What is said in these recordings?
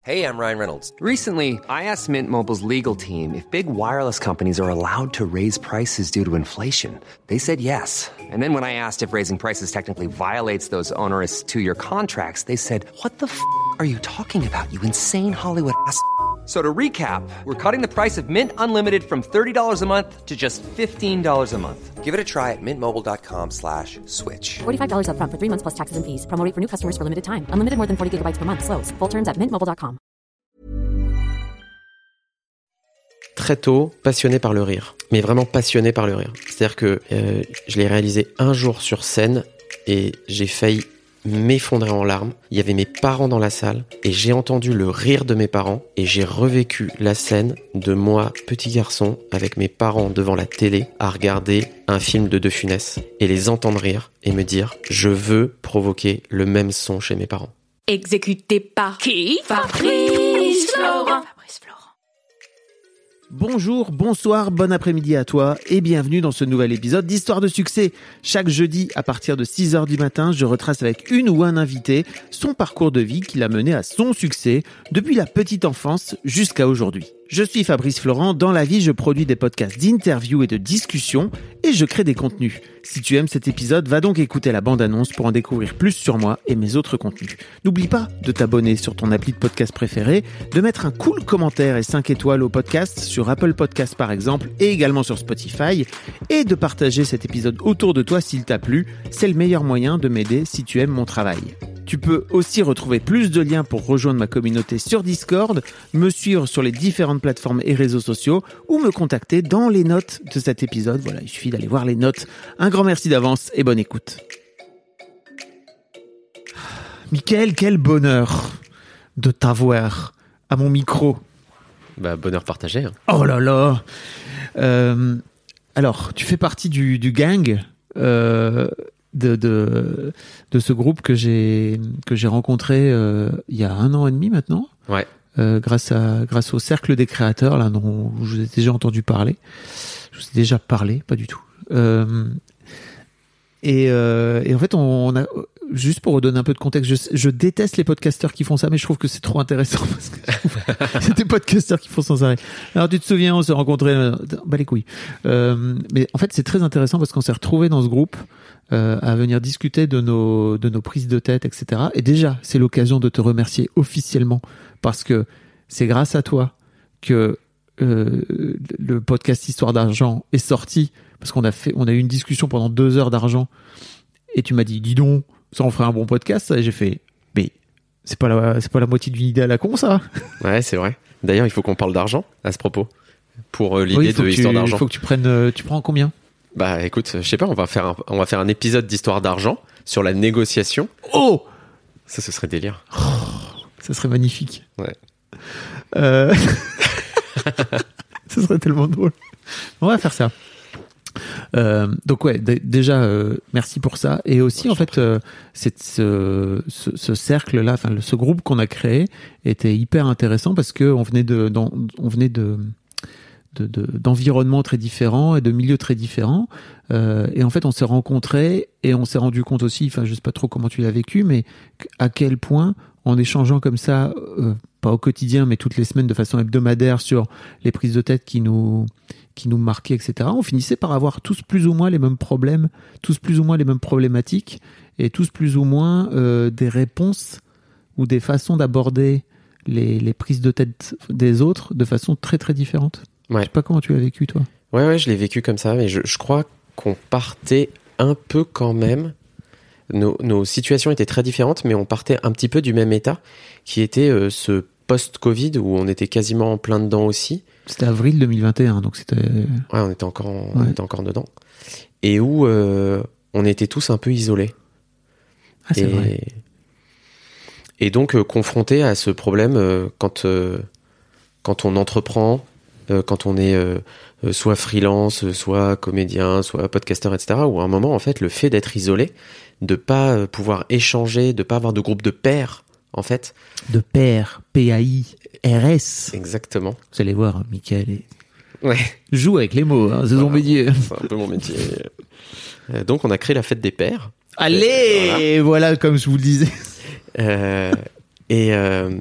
Hey, I'm Ryan Reynolds. Recently, I asked Mint Mobile's legal team if big wireless companies are allowed to raise prices due to inflation. They said yes. And then when I asked if raising prices technically violates those onerous two-year contracts, they said, "What the f*** are you talking about, you insane Hollywood ass?" So to recap, we're cutting the price of Mint Unlimited from $30 a month to just $15 a month. Give it a try at mintmobile.com/switch. $45 up front for 3 months plus taxes and fees. Promo rate for new customers for limited time. Unlimited more than 40 gigabytes per month. Slows full terms at mintmobile.com. Très tôt, passionné par le rire. Mais vraiment passionné par le rire. C'est-à-dire que je l'ai réalisé un jour sur scène et j'ai failli m'effondrer en larmes. Il y avait mes parents dans la salle et j'ai entendu le rire de mes parents et j'ai revécu la scène de moi, petit garçon, avec mes parents devant la télé à regarder un film de De Funès et les entendre rire et me dire « Je veux provoquer le même son chez mes parents ». Exécuté par qui? Fabrice Florent. Bonjour, bonsoir, bon après-midi à toi et bienvenue dans ce nouvel épisode d'Histoire de succès. Chaque jeudi à partir de 6h du matin, je retrace avec une ou un invité son parcours de vie qui l'a mené à son succès depuis la petite enfance jusqu'à aujourd'hui. Je suis Fabrice Florent, dans la vie je produis des podcasts d'interviews et de discussions et je crée des contenus. Si tu aimes cet épisode, va donc écouter la bande-annonce pour en découvrir plus sur moi et mes autres contenus. N'oublie pas de t'abonner sur ton appli de podcast préféré, de mettre un cool commentaire et 5 étoiles au podcast sur Apple Podcasts par exemple et également sur Spotify et de partager cet épisode autour de toi s'il t'a plu. C'est le meilleur moyen de m'aider si tu aimes mon travail. Tu peux aussi retrouver plus de liens pour rejoindre ma communauté sur Discord, me suivre sur les différentes plateformes et réseaux sociaux ou me contacter dans les notes de cet épisode. Voilà, il suffit d'aller voir les notes. Un grand merci d'avance et bonne écoute. Mickaël, quel bonheur de t'avoir à mon micro. Bah, bonheur partagé. Hein. Oh là là. Alors, tu fais partie du gang de ce groupe que j'ai rencontré il y a 1 an et demi maintenant. Ouais. Grâce au cercle des créateurs là dont je vous ai déjà entendu parler. Je vous ai déjà parlé, pas du tout. Et en fait on a juste pour redonner un peu de contexte, je déteste les podcasteurs qui font ça, mais je trouve que c'est trop intéressant parce que c'est des podcasteurs qui font sans arrêt. Alors tu te souviens, on s'est rencontrés, bah les couilles. Mais en fait c'est très intéressant parce qu'on s'est retrouvés dans ce groupe à venir discuter de nos prises de tête, etc. Et déjà c'est l'occasion de te remercier officiellement parce que c'est grâce à toi que le podcast Histoire d'argent est sorti parce qu'on a eu une discussion pendant 2 heures d'argent et tu m'as dit dis donc ça on ferait un bon podcast ça. Et j'ai fait mais c'est pas la moitié d'une idée à la con ça. Ouais, c'est vrai. D'ailleurs il faut qu'on parle d'argent à ce propos pour l'idée de Histoire d'argent. Il faut que tu prends combien? Bah écoute, je sais pas, on va faire un épisode d'Histoire d'argent sur la négociation. Oh, ça ce serait délire. Ça serait magnifique. Ouais. Ça serait tellement drôle. On va faire ça. Donc ouais, déjà merci pour ça. Et aussi en fait, ce cercle-là, enfin ce groupe qu'on a créé était hyper intéressant parce que on venait d'environnements très différents et de milieux très différents. Et en fait, on s'est rencontrés et on s'est rendu compte aussi, enfin je sais pas trop comment tu l'as vécu, mais à quel point en échangeant comme ça, pas au quotidien, mais toutes les semaines de façon hebdomadaire sur les prises de tête qui nous marquaient, etc., on finissait par avoir tous plus ou moins les mêmes problèmes, tous plus ou moins les mêmes problématiques, et tous plus ou moins des réponses ou des façons d'aborder les prises de tête des autres de façon très très différente. Ouais. Je sais pas comment tu l'as vécu, toi. Ouais, je l'ai vécu comme ça, mais je crois qu'on partait un peu quand même. Nos situations étaient très différentes, mais on partait un petit peu du même état, qui était ce post-Covid où on était quasiment en plein dedans aussi. C'était avril 2021, donc c'était... Ouais, on était encore dedans. Et où on était tous un peu isolés. Ah, c'est vrai. Et donc confrontés à ce problème quand on entreprend, quand on est soit freelance, soit comédien, soit podcasteur, etc. Où à un moment, en fait, le fait d'être isolé, de pas pouvoir échanger, de pas avoir de groupe de pairs, en fait. De pairs, P-A-I-R-S. Exactement. Vous allez voir, hein, Mickaël ouais. joue avec les mots, hein, c'est son métier. C'est un peu mon métier. Donc, on a créé la fête des pairs. Allez, voilà comme je vous le disais.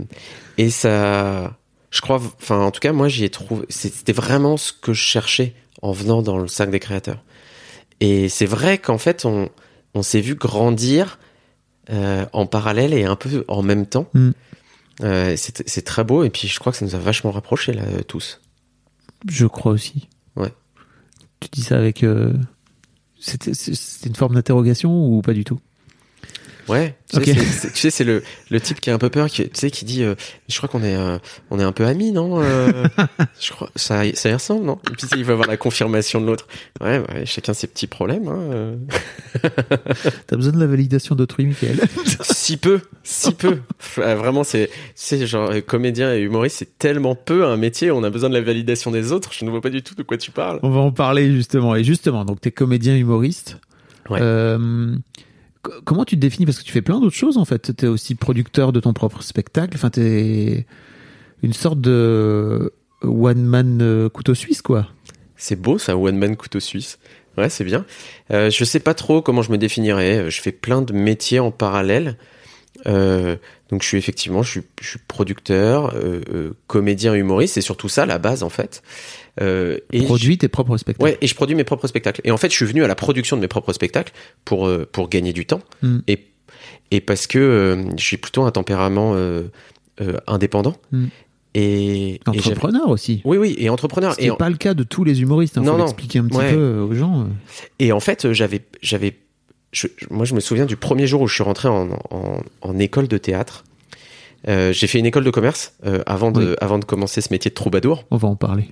Et ça, je crois, enfin, en tout cas, moi, j'y ai trouvé, c'était vraiment ce que je cherchais en venant dans le cercle des créateurs. Et c'est vrai qu'en fait, on s'est vu grandir en parallèle et un peu en même temps. C'est très beau, et puis je crois que ça nous a vachement rapprochés, là, tous. Je crois aussi. Ouais. Tu dis ça avec... C'était une forme d'interrogation ou pas du tout? Ouais, Okay. tu sais, c'est le type qui a un peu peur, qui dit, je crois qu'on est un peu amis, non? Je crois, ça y ressemble, non? Et puis il va avoir la confirmation de l'autre. Ouais, chacun ses petits problèmes, hein. T'as besoin de la validation d'autrui, Mickaël? Si peu. Vraiment, c'est genre, comédien et humoriste, c'est tellement peu un métier, on a besoin de la validation des autres. Je ne vois pas du tout de quoi tu parles. On va en parler, justement. Et justement, donc t'es comédien humoriste. Ouais. Comment tu te définis? Parce que tu fais plein d'autres choses, en fait. T'es aussi producteur de ton propre spectacle. Enfin, t'es une sorte de one-man couteau suisse, quoi. C'est beau, ça, one-man couteau suisse. Ouais, c'est bien. Je sais pas trop comment je me définirais. Je fais plein de métiers en parallèle. Donc je suis producteur, comédien, humoriste. C'est surtout ça, la base, en fait. Et Produis tes propres spectacles. Ouais, et je produis mes propres spectacles. Et en fait, je suis venu à la production de mes propres spectacles pour gagner du temps. Et parce que j'ai plutôt un tempérament indépendant. Et entrepreneur aussi. Oui, et entrepreneur. Ce qui n'est pas le cas de tous les humoristes. Faut l'expliquer un petit peu aux gens. Et en fait, moi, je me souviens du premier jour où je suis rentré en école de théâtre. J'ai fait une école de commerce avant de commencer ce métier de troubadour. On va en parler.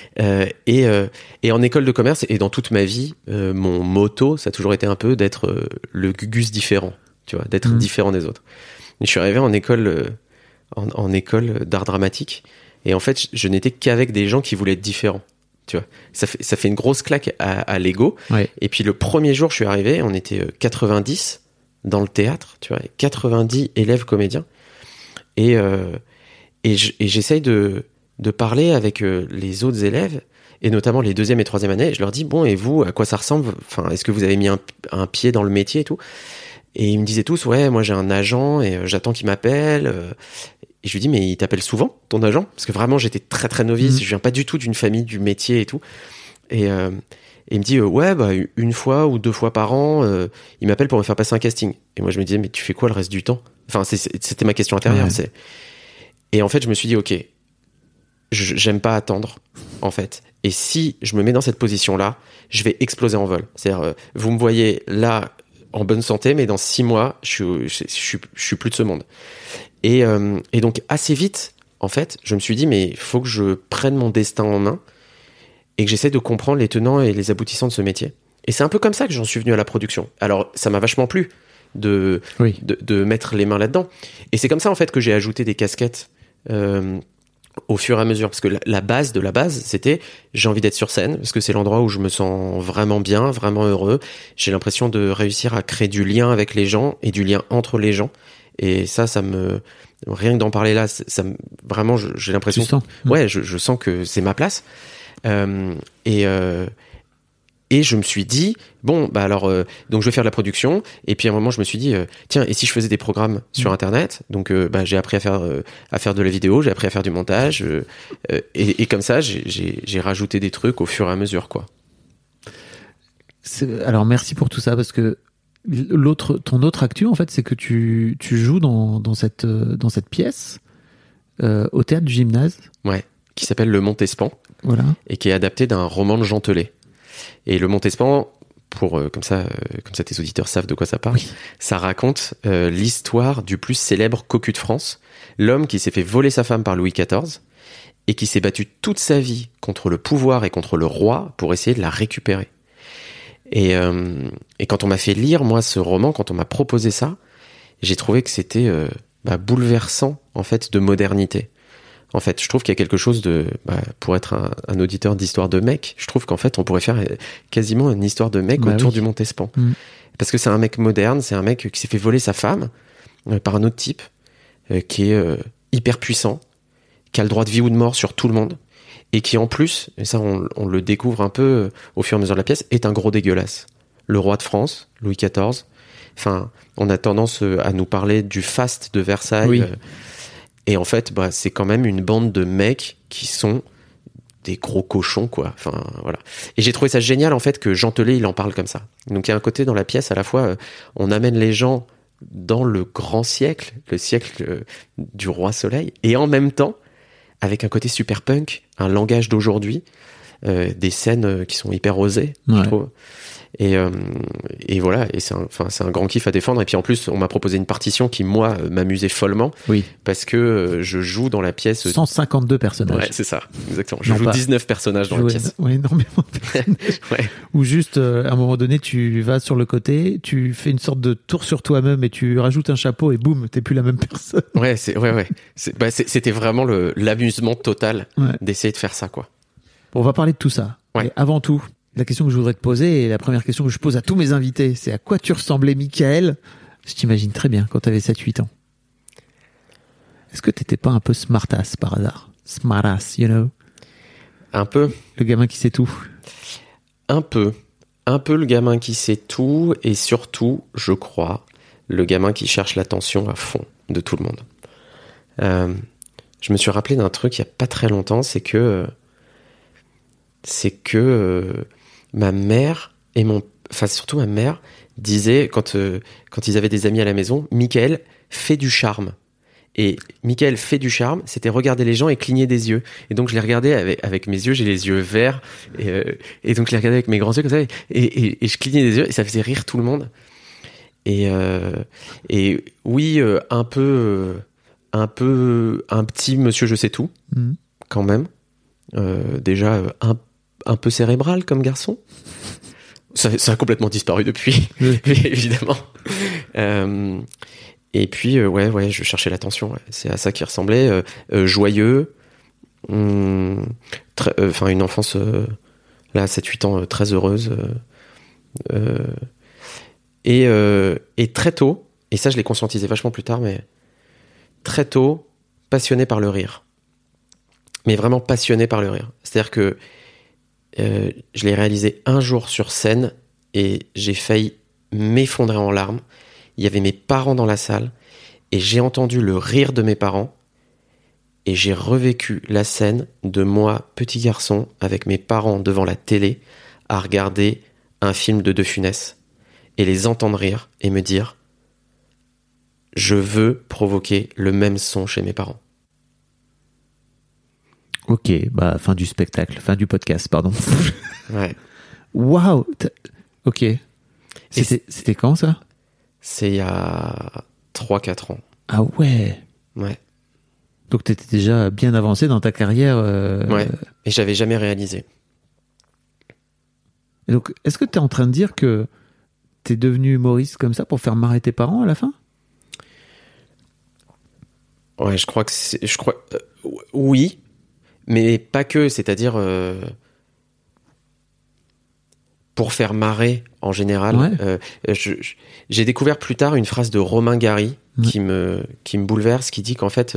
Et en école de commerce, et dans toute ma vie, mon motto, ça a toujours été un peu d'être le Gugus différent, tu vois, d'être différent des autres. Et je suis arrivé en école d'art dramatique, et en fait, je n'étais qu'avec des gens qui voulaient être différents. Tu vois, ça fait une grosse claque à l'ego. Ouais. Et puis le premier jour, je suis arrivé, on était 90 dans le théâtre, tu vois, 90 élèves comédiens. Et j'essaye de parler avec les autres élèves, et notamment les deuxième et troisième années. Et je leur dis, bon, et vous, à quoi ça ressemble? Enfin, est-ce que vous avez mis un pied dans le métier et tout? Et ils me disaient tous, ouais, moi j'ai un agent et j'attends qu'il m'appelle. Et je lui dis, mais il t'appelle souvent, ton agent? Parce que vraiment, j'étais très très novice, je viens pas du tout d'une famille du métier et tout. Et il me dit, ouais, bah, une fois ou 2 fois par an, il m'appelle pour me faire passer un casting. Et moi je me disais, mais tu fais quoi le reste du temps? Enfin, c'était ma question intérieure. Ouais. Et en fait, je me suis dit, ok, j'aime pas attendre, en fait. Et si je me mets dans cette position-là, je vais exploser en vol. C'est-à-dire, vous me voyez là, en bonne santé, mais dans 6 mois, je suis plus de ce monde. Et donc, assez vite, en fait, je me suis dit, mais il faut que je prenne mon destin en main et que j'essaie de comprendre les tenants et les aboutissants de ce métier. Et c'est un peu comme ça que j'en suis venu à la production. Alors, ça m'a vachement plu de mettre les mains là-dedans. Et c'est comme ça, en fait, que j'ai ajouté des casquettes au fur et à mesure. Parce que la base de la base, c'était j'ai envie d'être sur scène, parce que c'est l'endroit où je me sens vraiment bien, vraiment heureux. J'ai l'impression de réussir à créer du lien avec les gens et du lien entre les gens. Et ça rien que d'en parler là, vraiment, j'ai l'impression... Tu sens. Ouais, je sens que c'est ma place. Et je me suis dit, bon, bah alors, donc je vais faire de la production. Et puis à un moment, je me suis dit, tiens, et si je faisais des programmes sur Internet? Donc, bah, j'ai appris à faire de la vidéo, j'ai appris à faire du montage. Et comme ça, j'ai rajouté des trucs au fur et à mesure, quoi. Alors, merci pour tout ça, parce que ton autre actu, en fait, c'est que tu joues dans cette pièce au théâtre du Gymnase. Ouais, qui s'appelle Le Montespan. Voilà. Et qui est adapté d'un roman de Jean Telet. Et Le Montespan, comme ça tes auditeurs savent de quoi ça parle, ça raconte l'histoire du plus célèbre cocu de France, l'homme qui s'est fait voler sa femme par Louis XIV et qui s'est battu toute sa vie contre le pouvoir et contre le roi pour essayer de la récupérer. Et quand on m'a fait lire, moi, ce roman, quand on m'a proposé ça, j'ai trouvé que c'était bouleversant, en fait, de modernité. En fait, je trouve qu'il y a quelque chose pour être un auditeur d'histoire de mec, je trouve qu'en fait, on pourrait faire quasiment une histoire de mec autour du Montespan. Parce que c'est un mec moderne, c'est un mec qui s'est fait voler sa femme par un autre type, qui est hyper puissant, qui a le droit de vie ou de mort sur tout le monde, et qui en plus, et ça on le découvre un peu au fur et à mesure de la pièce, est un gros dégueulasse. Le roi de France, Louis XIV, enfin, on a tendance à nous parler du faste de Versailles, Et en fait, c'est quand même une bande de mecs qui sont des gros cochons, quoi. Enfin, voilà. Et j'ai trouvé ça génial, en fait, que Jean Telet, il en parle comme ça. Donc, il y a un côté dans la pièce, à la fois, on amène les gens dans le grand siècle, le siècle du roi Soleil, et en même temps, avec un côté super punk, un langage d'aujourd'hui, des scènes qui sont hyper osées, je trouve. Et voilà, et c'est un grand kiff à défendre. Et puis en plus, on m'a proposé une partition qui, moi, m'amusait follement. Oui. Parce que je joue dans la pièce. 152 personnages. Ouais, c'est ça, exactement. Je joue 19 personnages dans la pièce. Ouais, énormément de personnages. Ouais. Ou juste, à un moment donné, tu vas sur le côté, tu fais une sorte de tour sur toi-même et tu rajoutes un chapeau et boum, t'es plus la même personne. Ouais, c'était vraiment l'amusement total d'essayer de faire ça, quoi. Bon, on va parler de tout ça. Ouais. Et avant tout, la question que je voudrais te poser, et la première question que je pose à tous mes invités, c'est à quoi tu ressemblais, Michael? Je t'imagine très bien quand t'avais 7-8 ans. Est-ce que t'étais pas un peu smartass par hasard? Smartass, you know? Un peu. Le gamin qui sait tout. Un peu le gamin qui sait tout, et surtout, je crois, le gamin qui cherche l'attention à fond de tout le monde. Je me suis rappelé d'un truc il y a pas très longtemps, c'est que ma mère et surtout ma mère disaient quand ils avaient des amis à la maison, Michael fait du charme. Et Michael fait du charme, c'était regarder les gens et cligner des yeux. Et donc je les regardais avec mes yeux, j'ai les yeux verts, et donc je les regardais avec mes grands yeux comme ça, et je clignais des yeux, et ça faisait rire tout le monde. Et oui, un petit monsieur je sais tout, quand même. Déjà un peu cérébral comme garçon. Ça a complètement disparu depuis, évidemment. Et puis, je cherchais l'attention. Ouais. C'est à ça qu'il ressemblait. Joyeux. Une enfance, là, 7-8 ans, très heureuse. Et très tôt, et ça, je l'ai conscientisé vachement plus tard, mais très tôt, passionné par le rire. Mais vraiment passionné par le rire. C'est-à-dire que je l'ai réalisé un jour sur scène et j'ai failli m'effondrer en larmes. Il y avait mes parents dans la salle et j'ai entendu le rire de mes parents et j'ai revécu la scène de moi, petit garçon, avec mes parents devant la télé à regarder un film de De Funès et les entendre rire et me dire « Je veux provoquer le même son chez mes parents ». Ok, fin du spectacle, fin du podcast, pardon. Ouais. Waouh. Ok. C'était quand ça? C'est il y a 3-4 ans. Ah ouais. Ouais. Donc t'étais déjà bien avancé dans ta carrière. Ouais. Et j'avais jamais réalisé. Et donc, est-ce que t'es en train de dire que t'es devenu humoriste comme ça pour faire marrer tes parents à la fin? Ouais, je crois que oui. Mais pas que, c'est-à-dire pour faire marrer en général. Ouais. J'ai découvert plus tard une phrase de Romain Gary qui me bouleverse, qui dit qu'en fait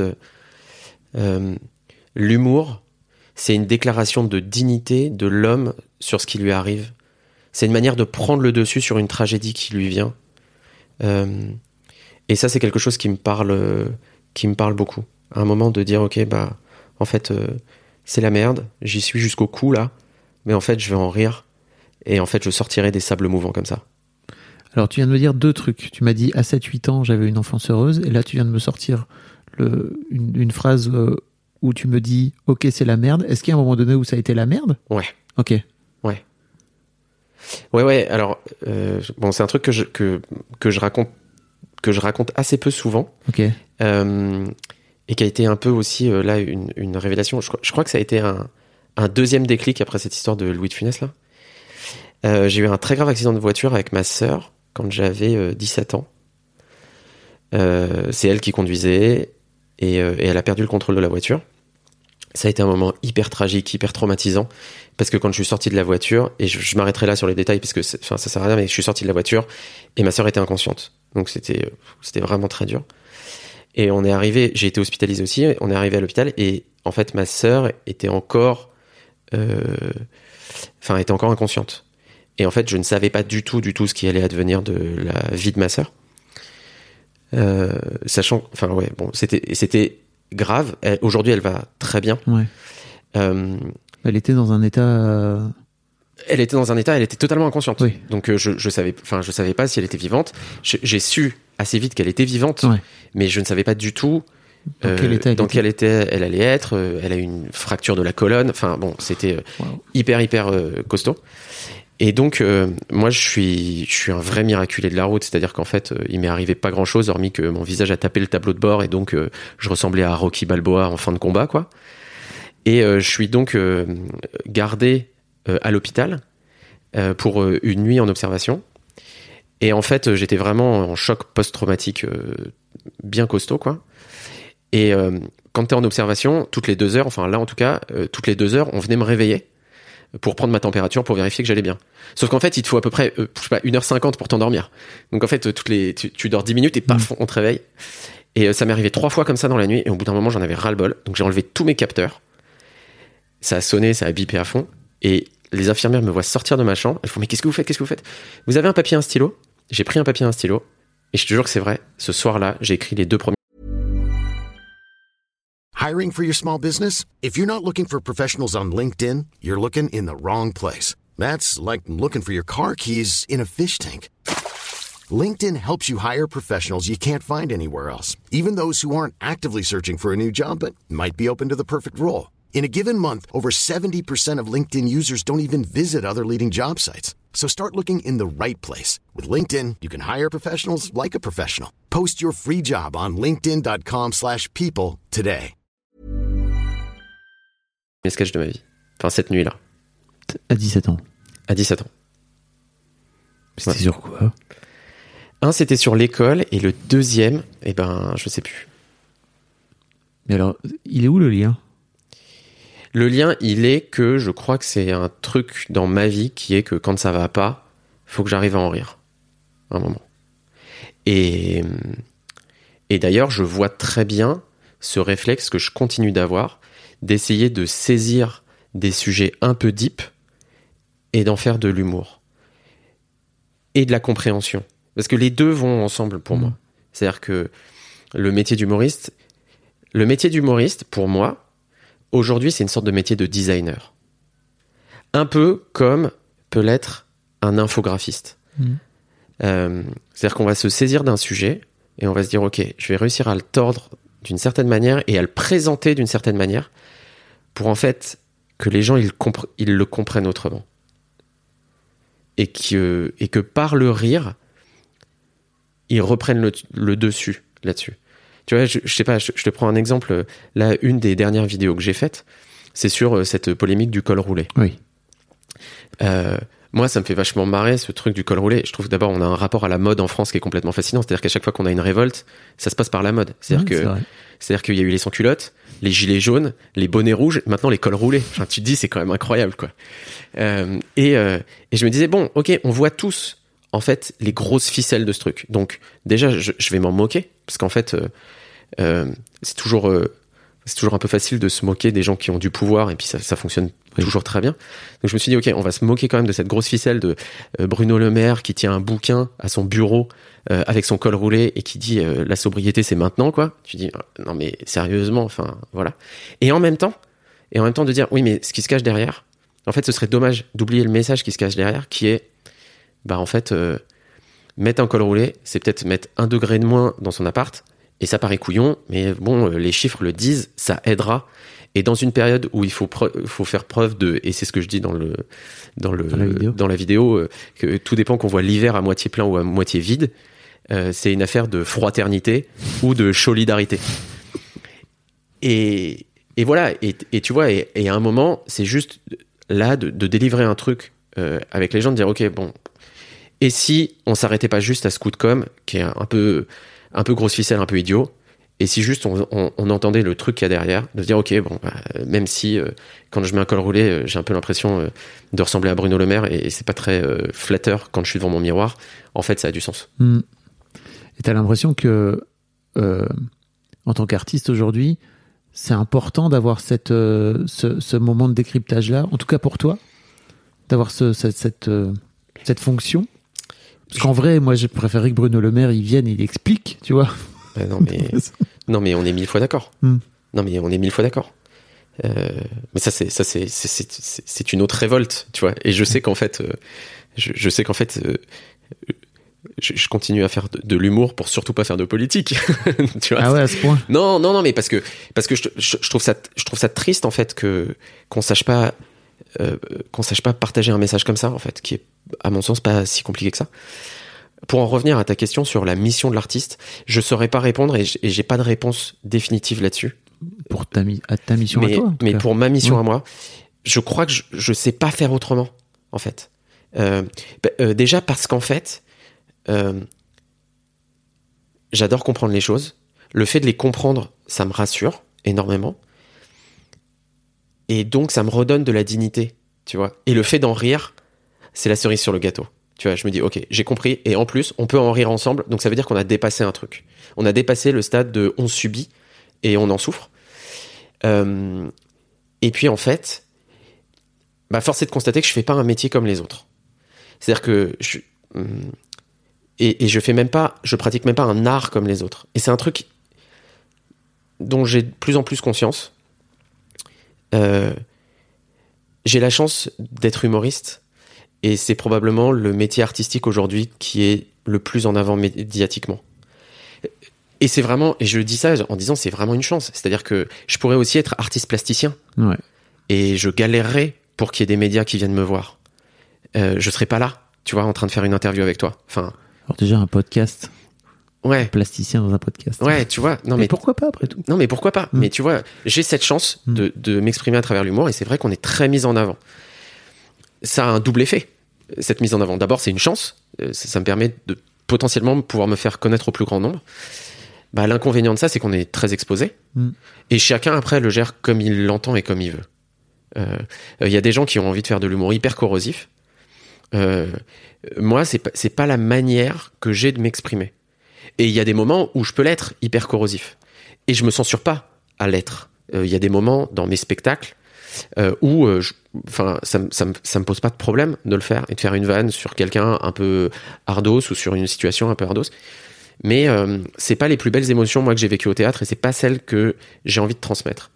l'humour, c'est une déclaration de dignité de l'homme sur ce qui lui arrive. C'est une manière de prendre le dessus sur une tragédie qui lui vient. Et ça, c'est quelque chose qui me parle beaucoup. À un moment de dire, ok, en fait, c'est la merde, j'y suis jusqu'au cou là, mais en fait, je vais en rire, et en fait, je sortirai des sables mouvants comme ça. Alors, tu viens de me dire 2 trucs. Tu m'as dit, à 7-8 ans, j'avais une enfance heureuse, et là, tu viens de me sortir une phrase où tu me dis, ok, c'est la merde. Est-ce qu'il y a un moment donné où ça a été la merde? Ouais. Ok. Ouais, alors, c'est un truc que je raconte assez peu souvent. Ok. Et qui a été un peu aussi là une révélation. Je crois que ça a été un deuxième déclic après cette histoire de Louis de Funès là. J'ai eu un très grave accident de voiture avec ma sœur quand j'avais 17 ans. C'est elle qui conduisait et elle a perdu le contrôle de la voiture. Ça a été un moment hyper tragique, hyper traumatisant, parce que quand je suis sorti de la voiture, et je m'arrêterai là sur les détails parce que ça sert à rien, mais je suis sorti de la voiture et ma sœur était inconsciente. Donc c'était vraiment très dur. Et on est arrivé, j'ai été hospitalisé aussi, on est arrivé à l'hôpital et en fait ma sœur était encore inconsciente. Et en fait je ne savais pas du tout ce qui allait advenir de la vie de ma sœur. Sachant, c'était grave. Aujourd'hui, elle va très bien. Ouais. Elle était dans un état... Elle était dans un état, elle était totalement inconsciente. Oui. Donc je savais pas si elle était vivante. J'ai su assez vite qu'elle était vivante, Ouais. mais je ne savais pas du tout Dans quel état elle allait être. Elle a eu une fracture de la colonne. Enfin bon, c'était hyper costaud. Et donc moi je suis un vrai miraculé de la route, c'est-à-dire qu'en fait il m'est arrivé pas grand-chose hormis que mon visage a tapé le tableau de bord et donc je ressemblais à Rocky Balboa en fin de combat quoi. Et je suis donc gardé à l'hôpital pour une nuit en observation. Et en fait, j'étais vraiment en choc post-traumatique bien costaud, quoi. Et quand t'es en observation, toutes les 2 heures, enfin là en tout cas, toutes les 2 heures, on venait me réveiller pour prendre ma température, pour vérifier que j'allais bien. Sauf qu'en fait, il te faut à peu près, je sais pas, 1h50 pour t'endormir. Donc en fait, tu dors 10 minutes et paf, on te réveille. Et ça m'est arrivé 3 fois comme ça dans la nuit. Et au bout d'un moment, j'en avais ras-le-bol. Donc j'ai enlevé tous mes capteurs. Ça a sonné, ça a bipé à fond. Et les infirmières me voient sortir de ma chambre. Elles font, mais qu'est-ce que vous faites? Vous avez un papier et un stylo? J'ai pris un papier et un stylo. Et je te jure que c'est vrai. Ce soir-là, j'ai écrit les 2 premiers. Hiring for your small business? If you're not looking for professionals on LinkedIn, you're looking in the wrong place. That's like looking for your car keys in a fish tank. LinkedIn helps you hire professionals you can't find anywhere else, even those who aren't actively searching for a new job but might be open to the perfect role. In a given month, over 70% of LinkedIn users don't even visit other leading job sites. So start looking in the right place. With LinkedIn, you can hire professionals like a professional. Post your free job on linkedin.com/people today. Les sketchs de ma vie. Enfin, cette nuit-là. À 17 ans. À 17 ans. C'était sur quoi? Un, c'était sur l'école, et le deuxième, je sais plus. Mais alors, il est où le lien? Le lien, il est que je crois que c'est un truc dans ma vie qui est que quand ça va pas, faut que j'arrive à en rire. Un moment. Et d'ailleurs, je vois très bien ce réflexe que je continue d'avoir, d'essayer de saisir des sujets un peu deep et d'en faire de l'humour. Et de la compréhension. Parce que les deux vont ensemble pour moi. C'est-à-dire que le métier d'humoriste, pour moi, aujourd'hui, c'est une sorte de métier de designer. Un peu comme peut l'être un infographiste. C'est-à-dire qu'on va se saisir d'un sujet et on va se dire, ok, je vais réussir à le tordre d'une certaine manière et à le présenter d'une certaine manière pour en fait que les gens ils le comprennent autrement. Et que par le rire, ils reprennent le dessus là-dessus. Tu vois, je sais pas, je te prends un exemple. Là, une des dernières vidéos que j'ai faites, c'est sur cette polémique du col roulé. Oui. Moi, ça me fait vachement marrer, ce truc du col roulé. Je trouve que d'abord, on a un rapport à la mode en France qui est complètement fascinant. C'est-à-dire qu'à chaque fois qu'on a une révolte, ça se passe par la mode. C'est-à-dire qu'il y a eu les sans-culottes, les gilets jaunes, les bonnets rouges, maintenant les cols roulés. Enfin, tu te dis, c'est quand même incroyable, quoi. Et je me disais, bon, ok, on voit tous, en fait, les grosses ficelles de ce truc. Donc, déjà, je vais m'en moquer, parce qu'en fait, c'est toujours un peu facile de se moquer des gens qui ont du pouvoir, et puis ça fonctionne toujours très bien. Donc je me suis dit, ok, on va se moquer quand même de cette grosse ficelle de Bruno Le Maire qui tient un bouquin à son bureau avec son col roulé et qui dit la sobriété c'est maintenant, quoi. Tu dis, non mais sérieusement, enfin voilà. Et en même temps de dire, oui mais ce qui se cache derrière, en fait ce serait dommage d'oublier le message qui se cache derrière, qui est, en fait, mettre un col roulé, c'est peut-être mettre 1 degré de moins dans son appart. Et ça paraît couillon, mais bon, les chiffres le disent, ça aidera. Et dans une période où il faut faire preuve de, et c'est ce que je dis dans la vidéo, que tout dépend qu'on voit l'hiver à moitié plein ou à moitié vide, c'est une affaire de fraternité ou de solidarité. Et voilà, et tu vois, et à un moment, c'est juste là de délivrer un truc avec les gens, de dire, ok, bon, et si on s'arrêtait pas juste à ce coup de com', qui est un peu grosse ficelle, un peu idiot, et si juste on entendait le truc qu'il y a derrière, de se dire, ok, bon, même si quand je mets un col roulé, j'ai un peu l'impression de ressembler à Bruno Le Maire, et c'est pas très flatteur quand je suis devant mon miroir, en fait, ça a du sens. Et t'as l'impression que, en tant qu'artiste aujourd'hui, c'est important d'avoir ce moment de décryptage-là, en tout cas pour toi, d'avoir cette fonction. Parce qu'en vrai, moi, j'ai préféré que Bruno Le Maire, il vienne et il explique, tu vois. Non, mais on est 1000 fois d'accord. Non, mais on est 1000 fois d'accord. Mais ça c'est une autre révolte, tu vois. Et je sais qu'en fait, je continue à faire de l'humour pour surtout pas faire de politique. Tu vois. Ah ouais, à ce point. Non, mais parce que je trouve ça triste en fait qu'on sache pas partager un message comme ça en fait, qui est à mon sens pas si compliqué que ça. Pour en revenir à ta question sur la mission de l'artiste, je saurais pas répondre et j'ai pas de réponse définitive là-dessus. Pour ta mission à toi. Mais pour ma mission à moi, je crois que je sais pas faire autrement, en fait. Déjà parce qu'en fait, j'adore comprendre les choses. Le fait de les comprendre, ça me rassure énormément. Et donc, ça me redonne de la dignité, tu vois. Et le fait d'en rire, c'est la cerise sur le gâteau. Tu vois, je me dis, ok, j'ai compris. Et en plus, on peut en rire ensemble. Donc, ça veut dire qu'on a dépassé un truc. On a dépassé le stade de on subit et on en souffre. Et puis, en fait, force est de constater que je fais pas un métier comme les autres. C'est-à-dire que je pratique même pas un art comme les autres. Et c'est un truc dont j'ai de plus en plus conscience. J'ai la chance d'être humoriste et c'est probablement le métier artistique aujourd'hui qui est le plus en avant médiatiquement. Et c'est vraiment, et je dis ça en disant c'est vraiment une chance. C'est-à-dire que je pourrais aussi être artiste plasticien. Ouais. Et je galérerais pour qu'il y ait des médias qui viennent me voir. Je serais pas là, tu vois, en train de faire une interview avec toi. Enfin. Alors déjà un podcast. Ouais. Plasticien dans un podcast. Ouais, tu vois. Non, mais pourquoi pas après tout? Non, mais pourquoi pas? Mais tu vois, j'ai cette chance de m'exprimer à travers l'humour et c'est vrai qu'on est très mis en avant. Ça a un double effet, cette mise en avant. D'abord, c'est une chance. Ça me permet de potentiellement pouvoir me faire connaître au plus grand nombre. L'inconvénient de ça, c'est qu'on est très exposé. Et chacun, après, le gère comme il l'entend et comme il veut. Y a des gens qui ont envie de faire de l'humour hyper corrosif. Moi, c'est pas la manière que j'ai de m'exprimer. Et il y a des moments où je peux l'être hyper corrosif. Et je me censure pas à l'être. Il y a des moments dans mes spectacles où ça me pose pas de problème de le faire et de faire une vanne sur quelqu'un un peu ardos ou sur une situation un peu ardos. Mais c'est pas les plus belles émotions moi que j'ai vécues au théâtre et c'est pas celles que j'ai envie de transmettre.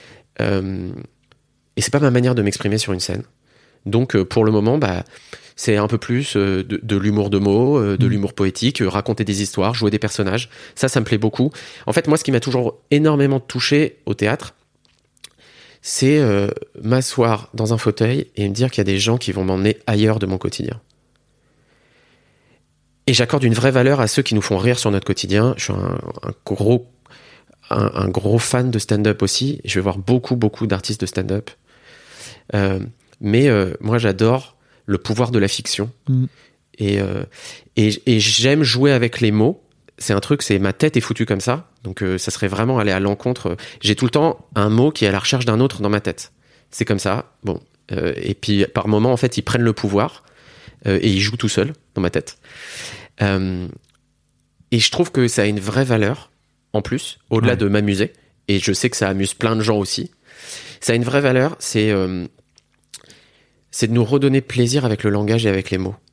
Et c'est pas ma manière de m'exprimer sur une scène. Donc pour le moment, c'est un peu plus de l'humour de mots, de l'humour poétique, raconter des histoires, jouer des personnages. Ça me plaît beaucoup. En fait, moi, ce qui m'a toujours énormément touché au théâtre, c'est m'asseoir dans un fauteuil et me dire qu'il y a des gens qui vont m'emmener ailleurs de mon quotidien. Et j'accorde une vraie valeur à ceux qui nous font rire sur notre quotidien. Je suis un gros fan de stand-up aussi. Je vais voir beaucoup d'artistes de stand-up. Mais moi, j'adore le pouvoir de la fiction. Et j'aime jouer avec les mots. C'est un truc, c'est ma tête est foutue comme ça. Donc, ça serait vraiment aller à l'encontre. J'ai tout le temps un mot qui est à la recherche d'un autre dans ma tête. C'est comme ça. Bon. Et puis, par moments, en fait, ils prennent le pouvoir et ils jouent tout seuls dans ma tête. Et je trouve que ça a une vraie valeur, en plus, au-delà de m'amuser. Et je sais que ça amuse plein de gens aussi. Ça a une vraie valeur, c'est de nous redonner plaisir avec le langage et avec les mots.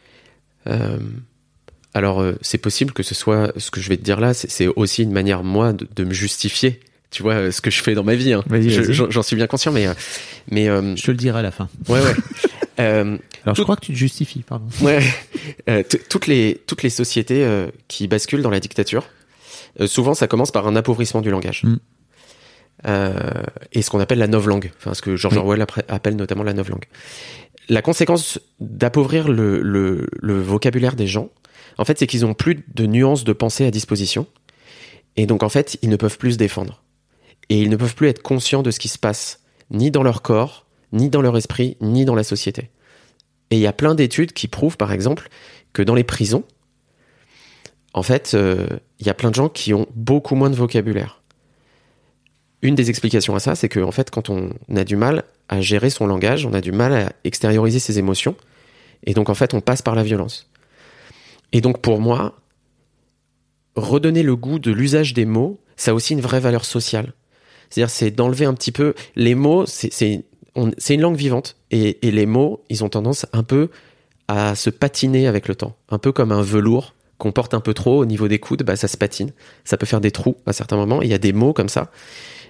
Alors, c'est possible que ce soit, ce que je vais te dire là, c'est aussi une manière, moi, de me justifier, tu vois, ce que je fais dans ma vie. Hein. Vas-y. J'en suis bien conscient, mais je te le dirai à la fin. Ouais. Alors, je crois que tu te justifies, pardon. Ouais. Toutes les sociétés qui basculent dans la dictature, souvent, ça commence par un appauvrissement du langage. Et ce qu'on appelle la novlangue, enfin ce que George Orwell appelle notamment la novlangue. La conséquence d'appauvrir le vocabulaire des gens, en fait, c'est qu'ils ont plus de nuances de pensée à disposition, et donc en fait, ils ne peuvent plus se défendre, et ils ne peuvent plus être conscients de ce qui se passe, ni dans leur corps, ni dans leur esprit, ni dans la société. Et il y a plein d'études qui prouvent, par exemple, que dans les prisons, en fait, il y a plein de gens qui ont beaucoup moins de vocabulaire. Une des explications à ça, c'est qu'en fait, quand on a du mal à gérer son langage, on a du mal à extérioriser ses émotions, et donc en fait, on passe par la violence. Et donc pour moi, redonner le goût de l'usage des mots, ça a aussi une vraie valeur sociale. C'est-à-dire, c'est d'enlever un petit peu... Les mots, c'est une langue vivante, et les mots, ils ont tendance un peu à se patiner avec le temps. Un peu comme un velours qu'on porte un peu trop au niveau des coudes, ça se patine. Ça peut faire des trous à certains moments, et il y a des mots comme ça.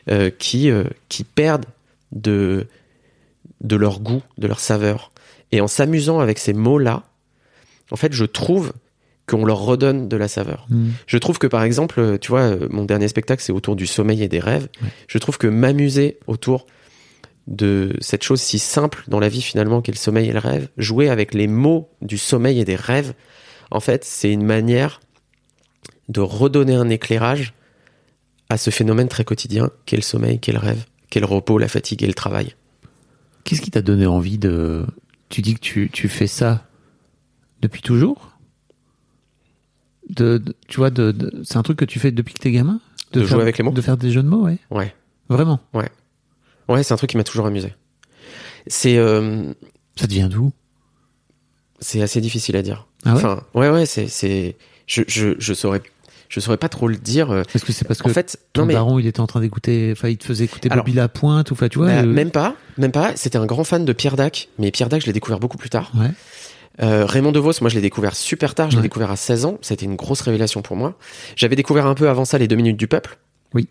qui perdent de leur goût, de leur saveur. Et en s'amusant avec ces mots-là, en fait, je trouve qu'on leur redonne de la saveur. Je trouve que, par exemple, tu vois, mon dernier spectacle, c'est autour du sommeil et des rêves. Ouais. Je trouve que m'amuser autour de cette chose si simple dans la vie, finalement, qu'est le sommeil et le rêve, jouer avec les mots du sommeil et des rêves, en fait, c'est une manière de redonner un éclairage à ce phénomène très quotidien qu'est le sommeil, qu'est le rêve, qu'est le repos, la fatigue et le travail. Qu'est-ce qui t'a donné envie de... Tu dis que tu fais ça depuis toujours ? Tu vois, c'est un truc que tu fais depuis que t'es gamin ? De jouer avec les mots ? De faire des jeux de mots, ouais. Ouais. Vraiment ? Ouais. Ouais, c'est un truc qui m'a toujours amusé. C'est... Ça devient d'où ? C'est assez difficile à dire. Ah ouais ? Enfin, ouais, c'est... Je saurais pas trop le dire. Est-ce que c'est parce que en fait, ton daron, il était en train d'écouter... Enfin, il te faisait écouter Bobby Lapointe ou... Enfin, tu vois... Même pas. C'était un grand fan de Pierre Dac. Mais Pierre Dac, je l'ai découvert beaucoup plus tard. Ouais. Raymond DeVos, moi je l'ai découvert super tard, je l'ai découvert à 16 ans, ça a été une grosse révélation pour moi. J'avais découvert un peu avant ça les 2 minutes du peuple. Oui.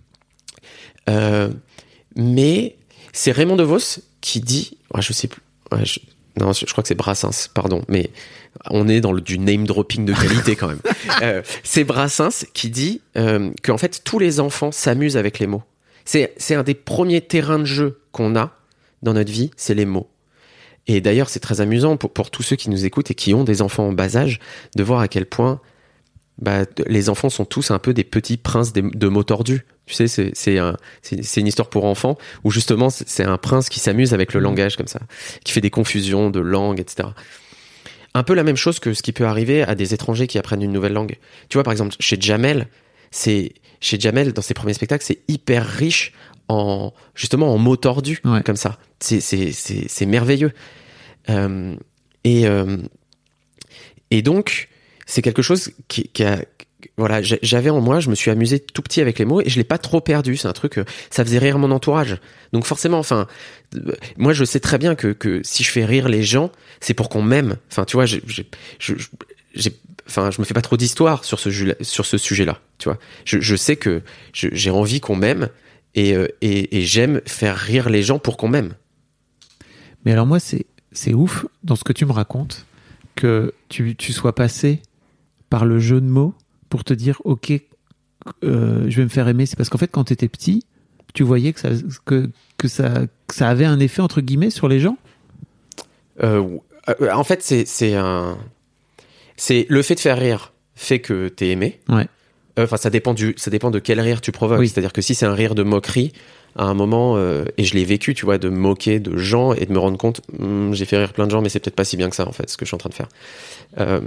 Mais c'est Raymond DeVos qui dit, je sais plus, non, je crois que c'est Brassens, pardon, mais on est dans du name dropping de qualité quand même. C'est Brassens qui dit qu'en fait tous les enfants s'amusent avec les mots. C'est un des premiers terrains de jeu qu'on a dans notre vie, c'est les mots. Et d'ailleurs, c'est très amusant pour tous ceux qui nous écoutent et qui ont des enfants en bas âge, de voir à quel point les enfants sont tous un peu des petits princes de mots tordus. Tu sais, c'est une histoire pour enfants où justement, c'est un prince qui s'amuse avec le langage comme ça, qui fait des confusions de langues, etc. Un peu la même chose que ce qui peut arriver à des étrangers qui apprennent une nouvelle langue. Tu vois, par exemple, chez Jamel, dans ses premiers spectacles, c'est hyper riche en mots tordus, comme ça. C'est merveilleux. Et donc, c'est quelque chose voilà, j'avais en moi, je me suis amusé tout petit avec les mots et je l'ai pas trop perdu. C'est un truc, ça faisait rire mon entourage. Donc forcément, enfin, moi je sais très bien que si je fais rire les gens, c'est pour qu'on m'aime. Enfin, tu vois, je me fais pas trop d'histoire sur ce sujet-là. Tu vois, je sais que j'ai envie qu'on m'aime et j'aime faire rire les gens pour qu'on m'aime. Mais alors moi, c'est ouf dans ce que tu me racontes que tu sois passé par le jeu de mots pour te dire ok, je vais me faire aimer. C'est parce qu'en fait, quand tu étais petit, tu voyais que ça avait un effet entre guillemets sur les gens. En fait, c'est le fait de faire rire fait que t'es aimé. Ouais. Enfin, ça dépend de quel rire tu provoques. Oui. C'est-à-dire que si c'est un rire de moquerie, à un moment, et je l'ai vécu, tu vois, de me moquer de gens et de me rendre compte, j'ai fait rire plein de gens, mais c'est peut-être pas si bien que ça, en fait, ce que je suis en train de faire.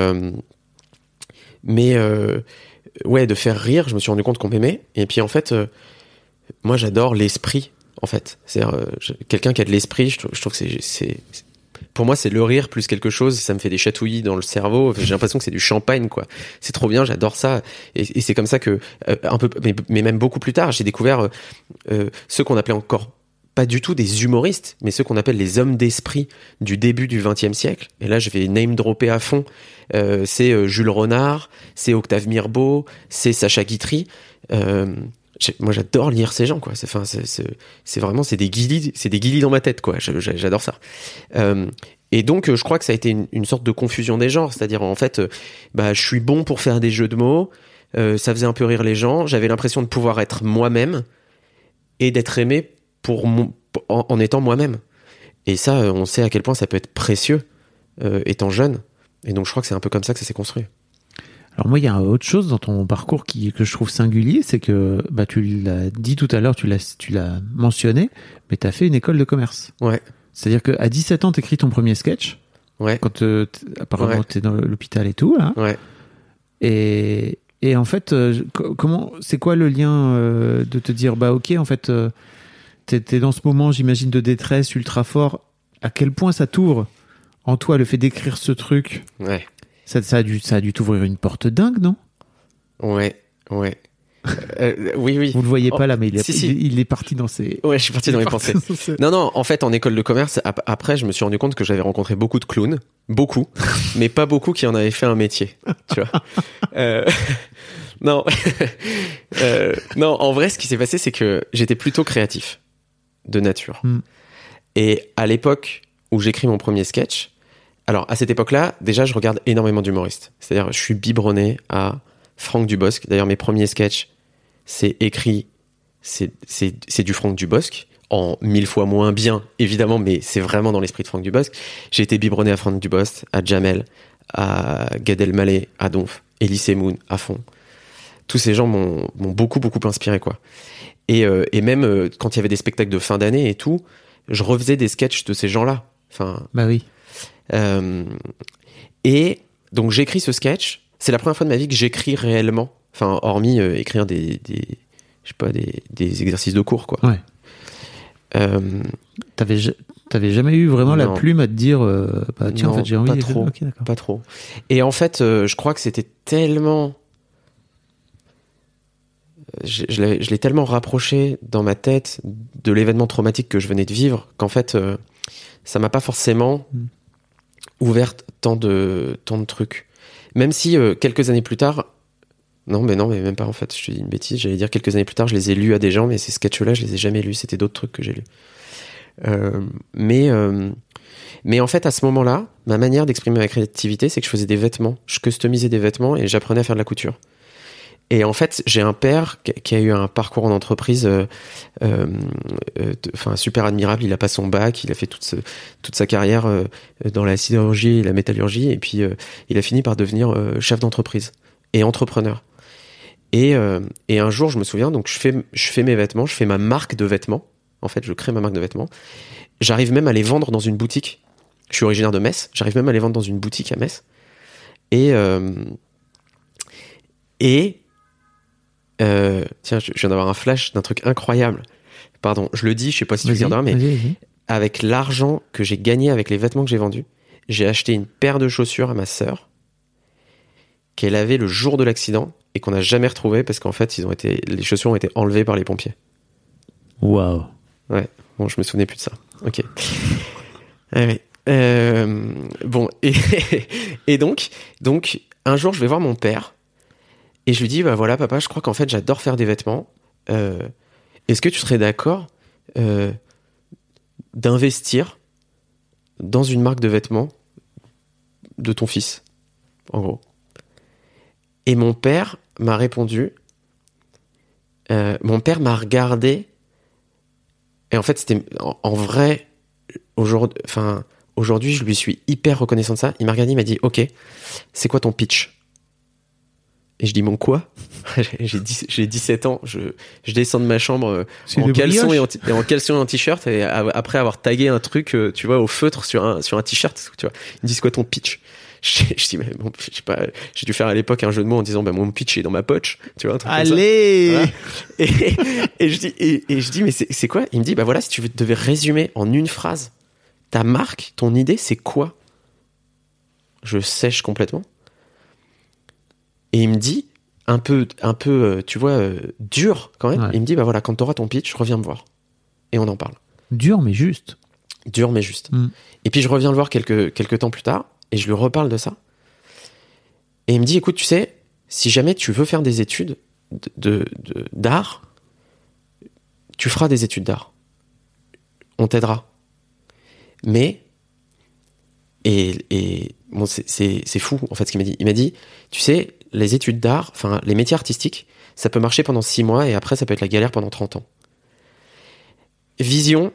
Ouais, de faire rire, je me suis rendu compte qu'on m'aimait. Et puis, en fait, moi, j'adore l'esprit, en fait. C'est-à-dire, quelqu'un qui a de l'esprit, je trouve que c'est pour moi, c'est le rire plus quelque chose. Ça me fait des chatouillis dans le cerveau. J'ai l'impression que c'est du champagne, quoi. C'est trop bien, j'adore ça. Et c'est comme ça que, un peu, mais même beaucoup plus tard, j'ai découvert ceux qu'on appelait encore pas du tout des humoristes, mais ceux qu'on appelle les hommes d'esprit du début du XXe siècle. Et là, je vais name dropper à fond. C'est Jules Renard, c'est Octave Mirbeau, c'est Sacha Guitry. Moi, j'adore lire ces gens, quoi. C'est vraiment, c'est des guilis dans ma tête, quoi. J'adore ça. Et donc, je crois que ça a été une sorte de confusion des genres. C'est-à-dire, en fait, je suis bon pour faire des jeux de mots. Ça faisait un peu rire les gens. J'avais l'impression de pouvoir être moi-même et d'être aimé en étant moi-même. Et ça, on sait à quel point ça peut être précieux, étant jeune. Et donc, je crois que c'est un peu comme ça que ça s'est construit. Alors moi, il y a autre chose dans ton parcours que je trouve singulier, c'est que tu l'as dit tout à l'heure, tu l'as mentionné, mais tu as fait une école de commerce. Ouais. C'est-à-dire qu'à 17 ans, tu écris ton premier sketch. Ouais. Quand apparemment tu es dans l'hôpital et tout. Là. Ouais. Et en fait, c'est quoi le lien de te dire, ok, en fait, t'es dans ce moment, j'imagine, de détresse ultra fort. À quel point ça t'ouvre en toi, le fait d'écrire ce truc? Ouais. Ça a dû t'ouvrir une porte dingue, non? Ouais. Oui. Vous le voyez pas là, mais si. Il est parti dans ses... Ouais, je suis parti dans mes pensées. Non, en fait, en école de commerce, après, je me suis rendu compte que j'avais rencontré beaucoup de clowns. Beaucoup. Mais pas beaucoup qui en avaient fait un métier. Tu vois. Non. Non, en vrai, ce qui s'est passé, c'est que j'étais plutôt créatif de nature. Et à l'époque où j'écris mon premier sketch, alors à cette époque-là, déjà, je regarde énormément d'humoristes. C'est-à-dire, je suis biberonné à Franck Dubosc. D'ailleurs, mes premiers sketchs, c'est écrit, c'est du Franck Dubosc, en 1000 fois moins bien, évidemment, mais c'est vraiment dans l'esprit de Franck Dubosc. J'ai été biberonné à Franck Dubosc, à Jamel, à Gad Elmaleh, à Donf, Elie Semoun, à fond. Tous ces gens m'ont beaucoup inspiré, quoi. Et même quand il y avait des spectacles de fin d'année et tout, je refaisais des sketchs de ces gens-là. Enfin. Bah oui. Et donc j'écris ce sketch. C'est la première fois de ma vie que j'écris réellement. Enfin, hormis écrire des exercices de cours, quoi. Ouais. T'avais jamais eu vraiment la plume à te dire tiens, non, en fait j'ai envie pas de... trop, Okay, d'accord. pas trop. Et en fait je crois que c'était tellement je l'ai tellement rapproché dans ma tête de l'événement traumatique que je venais de vivre qu'en fait ça m'a pas forcément ouvert tant de trucs, même si quelques années plus tard non mais même pas, en fait je te dis une bêtise, j'allais dire quelques années plus tard je les ai lus à des gens, mais ces sketchs là je les ai jamais lus, c'était d'autres trucs que j'ai lus. Mais en fait à ce moment-là ma manière d'exprimer ma créativité, c'est que je faisais des vêtements, je customisais des vêtements et j'apprenais à faire de la couture. Et en fait j'ai un père qui a eu un parcours en entreprise super admirable. Il a pas son bac, il a fait toute sa carrière dans la sidérurgie et la métallurgie, et puis il a fini par devenir chef d'entreprise et entrepreneur. Et un jour je me souviens, donc je fais mes vêtements, je fais ma marque de vêtements. En fait, je crée ma marque de vêtements. J'arrive même à les vendre dans une boutique. Je suis originaire de Metz. J'arrive même à les vendre dans une boutique à Metz. Et tiens, je viens d'avoir un flash d'un truc incroyable. Pardon, je le dis, je sais pas si tu regarderas, mais vas-y. Avec l'argent que j'ai gagné avec les vêtements que j'ai vendus, j'ai acheté une paire de chaussures à ma sœur qu'elle avait le jour de l'accident et qu'on n'a jamais retrouvé parce qu'en fait, les chaussures ont été enlevées par les pompiers. Waouh. Ouais, bon, je me souvenais plus de ça. Ok. Ouais. Bon, et donc, un jour, je vais voir mon père et je lui dis, bah voilà, papa, je crois qu'en fait, j'adore faire des vêtements. Est-ce que tu serais d'accord d'investir dans une marque de vêtements de ton fils, en gros? Et mon père m'a répondu, mon père m'a regardé. Et en fait, c'était en vrai, aujourd'hui, je lui suis hyper reconnaissant de ça. Il m'a regardé, il m'a dit, ok, c'est quoi ton pitch? Et je dis, mon quoi? J'ai 17 ans, je descends de ma chambre en caleçon et en t-shirt, et après avoir tagué un truc, tu vois, au feutre sur un t-shirt, tu vois. Il me dit, c'est quoi ton pitch? Je dis, mais bon, je sais pas, j'ai dû faire à l'époque un jeu de mots en disant, bah, mon pitch est dans ma poche, tu vois, un truc allez comme ça. Voilà. Et je dis, mais c'est quoi? Il me dit, bah voilà, si tu devais résumer en une phrase ta marque, ton idée, c'est quoi? Je sèche complètement. Et il me dit, un peu, tu vois, dur quand même. Ouais. Il me dit, bah voilà, quand t'auras ton pitch, reviens me voir. Et on en parle. Dur, mais juste. Dur, mais juste. Et puis je reviens le voir quelques temps plus tard, et je lui reparle de ça. Et il me dit, écoute, tu sais, si jamais tu veux faire des études d'art, tu feras des études d'art. On t'aidera. Mais, et bon, c'est fou, en fait, ce qu'il m'a dit. Il m'a dit, tu sais, les études d'art, enfin, les métiers artistiques, ça peut marcher pendant 6 mois, et après, ça peut être la galère pendant 30 ans. Vision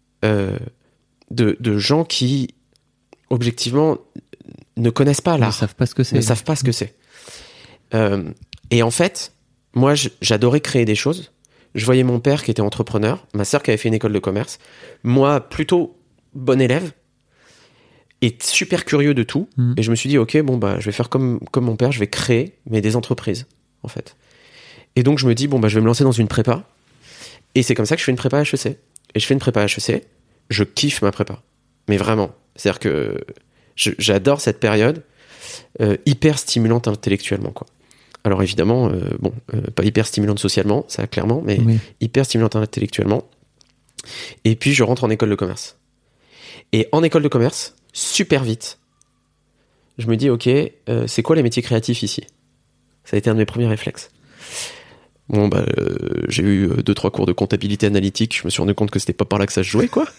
de gens qui, objectivement, ne connaissent pas l'art. Ne savent pas ce que c'est. Ne savent pas ce que c'est. Et en fait, moi, j'adorais créer des choses. Je voyais mon père qui était entrepreneur, ma sœur qui avait fait une école de commerce, moi, plutôt bon élève, et super curieux de tout. Et je me suis dit, ok, bon, bah, je vais faire comme mon père, je vais créer, mais des entreprises, en fait. Et donc, je me dis, bon, bah, je vais me lancer dans une prépa. Et c'est comme ça que je fais une prépa HEC. Et je fais une prépa HEC, je kiffe ma prépa. Mais vraiment. C'est-à-dire que j'adore cette période hyper stimulante intellectuellement, quoi. Alors évidemment, pas hyper stimulante socialement, ça clairement, mais oui. Hyper stimulante intellectuellement. Et puis je rentre en école de commerce. Et en école de commerce, super vite, je me dis, ok, c'est quoi les métiers créatifs ici? Ça a été un de mes premiers réflexes. Bon, j'ai eu 2-3 cours de comptabilité analytique. Je me suis rendu compte que c'était pas par là que ça se jouait, quoi.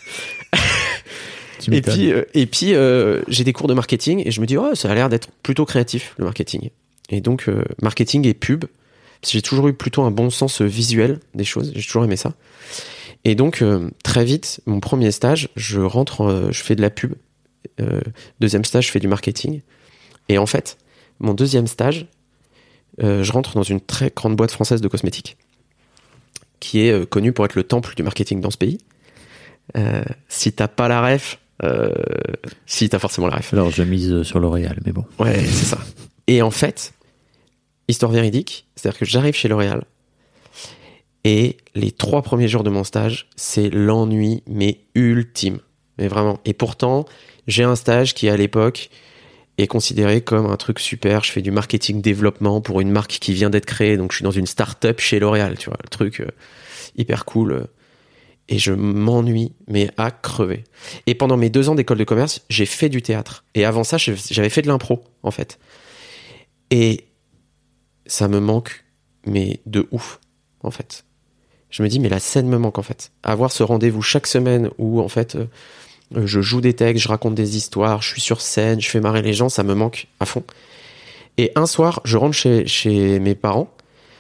Et puis j'ai des cours de marketing et je me dis, ça a l'air d'être plutôt créatif, le marketing. Et donc, marketing et pub. Parce que j'ai toujours eu plutôt un bon sens visuel des choses. J'ai toujours aimé ça. Et donc, très vite, mon premier stage, je rentre, je fais de la pub. Deuxième stage, je fais du marketing. Et en fait, mon deuxième stage, je rentre dans une très grande boîte française de cosmétiques qui est connue pour être le temple du marketing dans ce pays. Si t'as pas la ref, si t'as forcément la ref. Alors je mise sur L'Oréal, mais bon. Ouais, c'est ça. Et en fait, histoire véridique, c'est-à-dire que j'arrive chez L'Oréal et les 3 premiers jours de mon stage, c'est l'ennui, mais ultime. Mais vraiment. Et pourtant, j'ai un stage qui à l'époque est considéré comme un truc super. Je fais du marketing développement pour une marque qui vient d'être créée. Donc, je suis dans une start-up chez L'Oréal, tu vois. Le truc hyper cool. Et je m'ennuie, mais à crever. Et pendant mes 2 ans d'école de commerce, j'ai fait du théâtre. Et avant ça, j'avais fait de l'impro, en fait. Et ça me manque, mais de ouf, en fait. Je me dis, mais la scène me manque, en fait. Avoir ce rendez-vous chaque semaine où, en fait... je joue des textes, je raconte des histoires, je suis sur scène, je fais marrer les gens, ça me manque à fond. Et un soir, je rentre chez mes parents,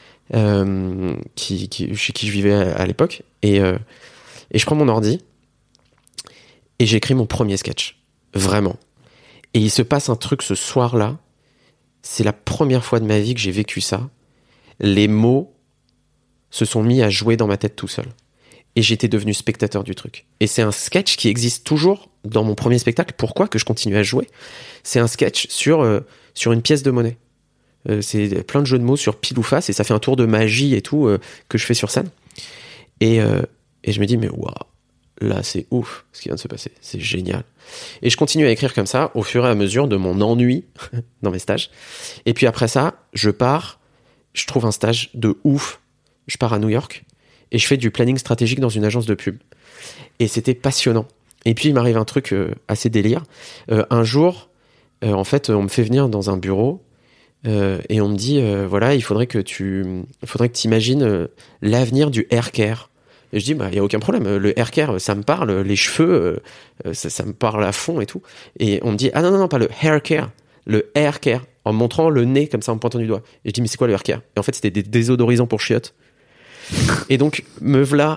chez qui je vivais à l'époque, et je prends mon ordi, et j'écris mon premier sketch. Vraiment. Et il se passe un truc ce soir-là, c'est la première fois de ma vie que j'ai vécu ça. Les mots se sont mis à jouer dans ma tête tout seul. Et j'étais devenu spectateur du truc. Et c'est un sketch qui existe toujours dans mon premier spectacle. Pourquoi que je continue à jouer ? C'est un sketch sur une pièce de monnaie. C'est plein de jeux de mots sur pile ou face, et ça fait un tour de magie et tout que je fais sur scène. Et je me dis, mais waouh, là c'est ouf ce qui vient de se passer. C'est génial. Et je continue à écrire comme ça au fur et à mesure de mon ennui dans mes stages. Et puis après ça, je trouve un stage de ouf. Je pars à New York. Et je fais du planning stratégique dans une agence de pub. Et c'était passionnant. Et puis, il m'arrive un truc assez délire. Un jour, en fait, on me fait venir dans un bureau et on me dit, voilà, il faudrait que tu imagines l'avenir du hair care. Et je dis, il n'y a aucun problème. Le hair care, ça me parle. Les cheveux, ça me parle à fond et tout. Et on me dit, ah non, pas le hair care. Le hair care. En me montrant le nez comme ça, en me pointant du doigt. Et je dis, mais c'est quoi le hair care ? Et en fait, c'était des désodorisants pour chiottes. Et donc, me voilà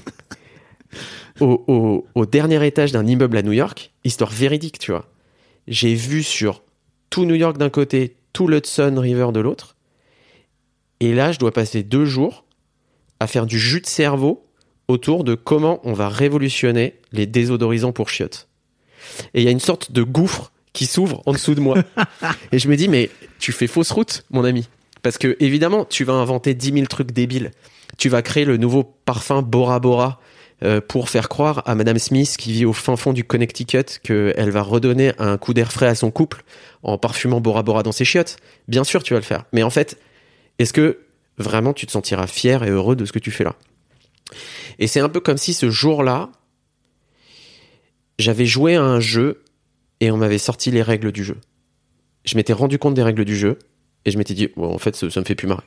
au dernier étage d'un immeuble à New York, histoire véridique, tu vois. J'ai vu sur tout New York d'un côté, tout l'Hudson River de l'autre. Et là, je dois passer 2 jours à faire du jus de cerveau autour de comment on va révolutionner les désodorisants pour chiottes. Et il y a une sorte de gouffre qui s'ouvre en dessous de moi. Et je me dis, mais tu fais fausse route, mon ami. Parce que, évidemment, tu vas inventer 10 000 trucs débiles. Tu vas créer le nouveau parfum Bora Bora pour faire croire à Madame Smith qui vit au fin fond du Connecticut qu'elle va redonner un coup d'air frais à son couple en parfumant Bora Bora dans ses chiottes. Bien sûr, tu vas le faire. Mais en fait, est-ce que vraiment tu te sentiras fier et heureux de ce que tu fais là ? Et c'est un peu comme si ce jour-là, j'avais joué à un jeu et on m'avait sorti les règles du jeu. Je m'étais rendu compte des règles du jeu et je m'étais dit, en fait, ça me fait plus marrer.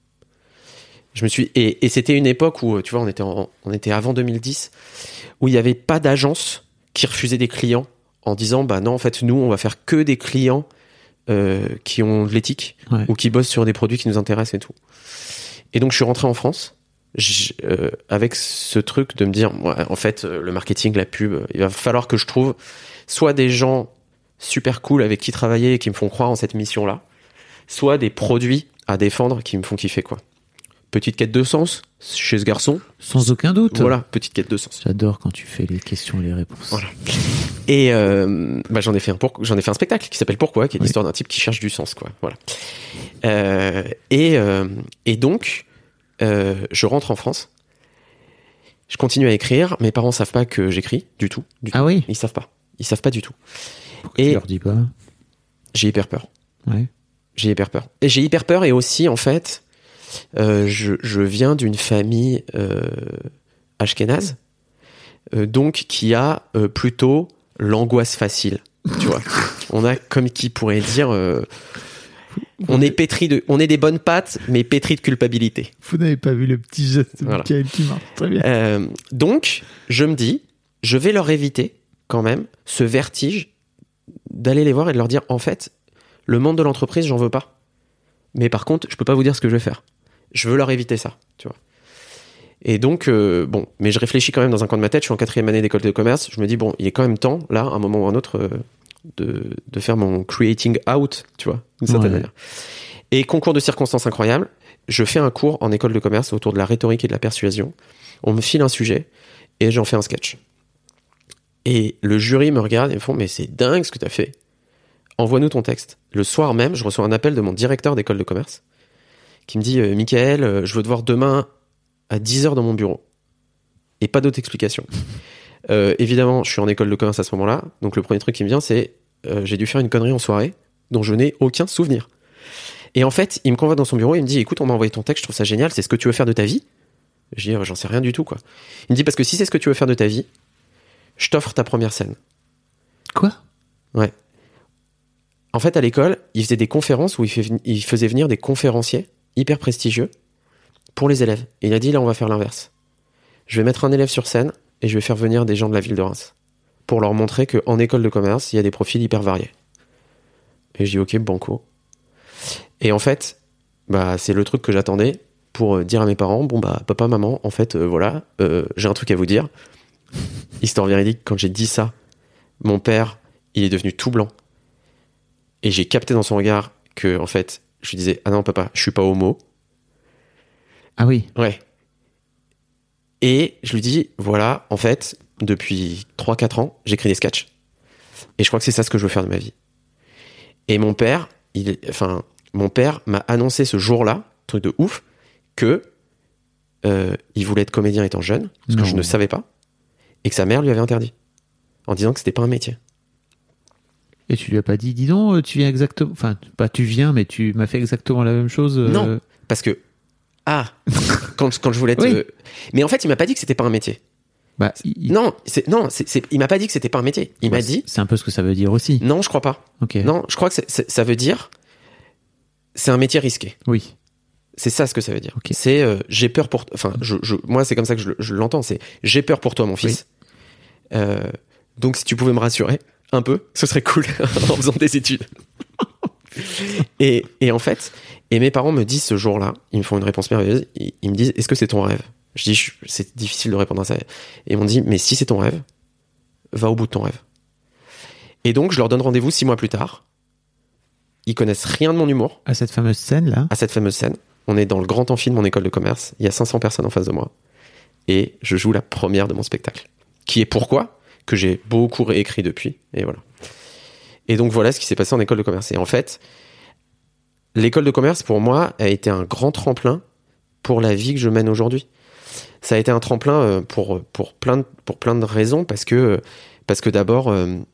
Et c'était une époque où, tu vois, on était avant 2010, où il n'y avait pas d'agence qui refusait des clients en disant, non, en fait, nous, on va faire que des clients qui ont de l'éthique ou qui bossent sur des produits qui nous intéressent et tout. Et donc, je suis rentré en France avec ce truc de me dire, en fait, le marketing, la pub, il va falloir que je trouve soit des gens super cool avec qui travailler et qui me font croire en cette mission-là, soit des produits à défendre qui me font kiffer, quoi. Petite quête de sens chez ce garçon. Sans aucun doute. Voilà, petite quête de sens. J'adore quand tu fais les questions et les réponses. Voilà. Et j'en ai fait un spectacle qui s'appelle Pourquoi, qui est l'histoire d'un type qui cherche du sens, quoi. Voilà. Et donc, je rentre en France. Je continue à écrire. Mes parents savent pas que j'écris du tout. Ah oui. Ils savent pas du tout. Pourquoi tu leur dis pas ? J'ai hyper peur. Ouais. J'ai hyper peur. Et j'ai hyper peur et aussi, en fait, je viens d'une famille ashkénaze, donc qui a plutôt l'angoisse facile, tu vois. On a, comme qui pourrait dire, On est des bonnes pâtes, mais pétris de culpabilité. Vous n'avez pas vu le petit geste de Voilà. Mickaël qui marche très bien. Donc, je me dis, je vais leur éviter quand même ce vertige d'aller les voir et de leur dire, en fait, le monde de l'entreprise, j'en veux pas. Mais par contre, je peux pas vous dire ce que je vais faire. Je veux leur éviter ça, tu vois. Et donc, mais je réfléchis quand même dans un coin de ma tête. Je suis en 4e année d'école de commerce. Je me dis, bon, il est quand même temps, là, à un moment ou à un autre, de faire mon creating out, tu vois, d'une certaine manière. Et concours de circonstances incroyables, je fais un cours en école de commerce autour de la rhétorique et de la persuasion. On me file un sujet et j'en fais un sketch. Et le jury me regarde et me font, mais c'est dingue ce que t'as fait. Envoie-nous ton texte. Le soir même, je reçois un appel de mon directeur d'école de commerce qui me dit, Mickaël, je veux te voir demain à 10h dans mon bureau. Et pas d'autre explication. Évidemment, je suis en école de commerce à ce moment-là, donc le premier truc qui me vient, c'est j'ai dû faire une connerie en soirée dont je n'ai aucun souvenir. Et en fait, il me convoque dans son bureau, il me dit, écoute, on m'a envoyé ton texte, je trouve ça génial, c'est ce que tu veux faire de ta vie? Je dis, j'en sais rien du tout, quoi. Il me dit, parce que si c'est ce que tu veux faire de ta vie, je t'offre ta première scène. Quoi? Ouais. En fait, à l'école, il faisait des conférences où il faisait venir des conférenciers hyper prestigieux pour les élèves. Et il a dit, là, on va faire l'inverse. Je vais mettre un élève sur scène et je vais faire venir des gens de la ville de Reims pour leur montrer qu'en école de commerce, il y a des profils hyper variés. Et je dis, ok, banco. Et en fait, c'est le truc que j'attendais pour dire à mes parents, bon, papa, maman, en fait, voilà, j'ai un truc à vous dire. Histoire véridique, quand j'ai dit ça, mon père, il est devenu tout blanc. Et j'ai capté dans son regard que, en fait, je lui disais, ah non, papa, je suis pas homo. Ah oui. Ouais. Et je lui dis, voilà, en fait, depuis 3-4 ans, j'écris des sketchs. Et je crois que c'est ça ce que je veux faire de ma vie. Et mon père m'a annoncé ce jour-là, truc de ouf, que il voulait être comédien étant jeune, ce que je ne savais pas, et que sa mère lui avait interdit, en disant que c'était pas un métier. Et tu lui as pas dit, dis donc, tu viens exactement... Enfin, pas tu viens, mais tu m'as fait exactement la même chose. Non, parce que... quand je voulais être... Oui. Mais en fait, il m'a pas dit que c'était pas un métier. Il m'a pas dit que c'était pas un métier. Il m'a dit... C'est un peu ce que ça veut dire aussi. Non, je crois pas. Ok. Non, je crois que ça veut dire... C'est un métier risqué. Oui. C'est ça ce que ça veut dire. Okay. C'est j'ai peur pour... Enfin, moi, c'est comme ça que je l'entends. C'est j'ai peur pour toi, mon fils. Oui. Donc, si tu pouvais me rassurer un peu, ce serait cool en faisant des études. et en fait, mes parents me disent ce jour-là, ils me font une réponse merveilleuse. Ils me disent, est-ce que c'est ton rêve? Je dis, c'est difficile de répondre à ça. Et ils m'ont dit, mais si c'est ton rêve, va au bout de ton rêve. Et donc, je leur donne rendez-vous 6 mois plus tard. Ils connaissent rien de mon humour. À cette fameuse scène-là? À cette fameuse scène. On est dans le grand amphi de mon école de commerce. Il y a 500 personnes en face de moi. Et je joue la première de mon spectacle. Qui est pourquoi que j'ai beaucoup réécrit depuis. Et voilà. Et donc, voilà ce qui s'est passé en école de commerce. Et en fait, l'école de commerce, pour moi, a été un grand tremplin pour la vie que je mène aujourd'hui. Ça a été un tremplin pour plein de raisons. Parce que d'abord...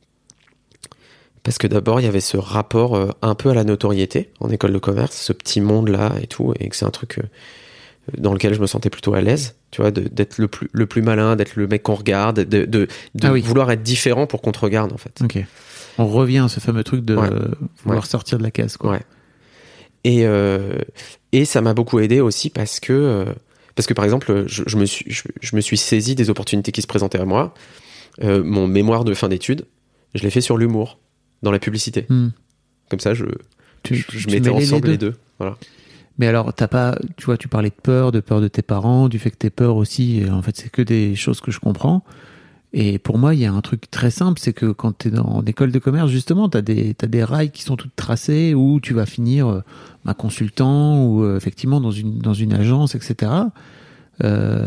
Parce que d'abord, il y avait ce rapport un peu à la notoriété en école de commerce, ce petit monde-là et tout, et que c'est un truc dans lequel je me sentais plutôt à l'aise, tu vois, d'être le plus malin, d'être le mec qu'on regarde, de vouloir être différent pour qu'on te regarde, en fait. Ok. On revient à ce fameux truc de vouloir sortir de la case, quoi. Ouais. Et ça m'a beaucoup aidé aussi parce que par exemple, je me suis saisi des opportunités qui se présentaient à moi. Mon mémoire de fin d'études, je l'ai fait sur l'humour. Dans la publicité. Comme ça, je mettais ensemble les deux. Voilà. Mais alors, tu vois, tu parlais de peur de tes parents, du fait que t'aies peur aussi. Et en fait, c'est que des choses que je comprends. Et pour moi, il y a un truc très simple, c'est que quand t'es en école de commerce, justement, t'as des rails qui sont toutes tracées où tu vas finir consultant ou effectivement dans une agence, etc. Moi,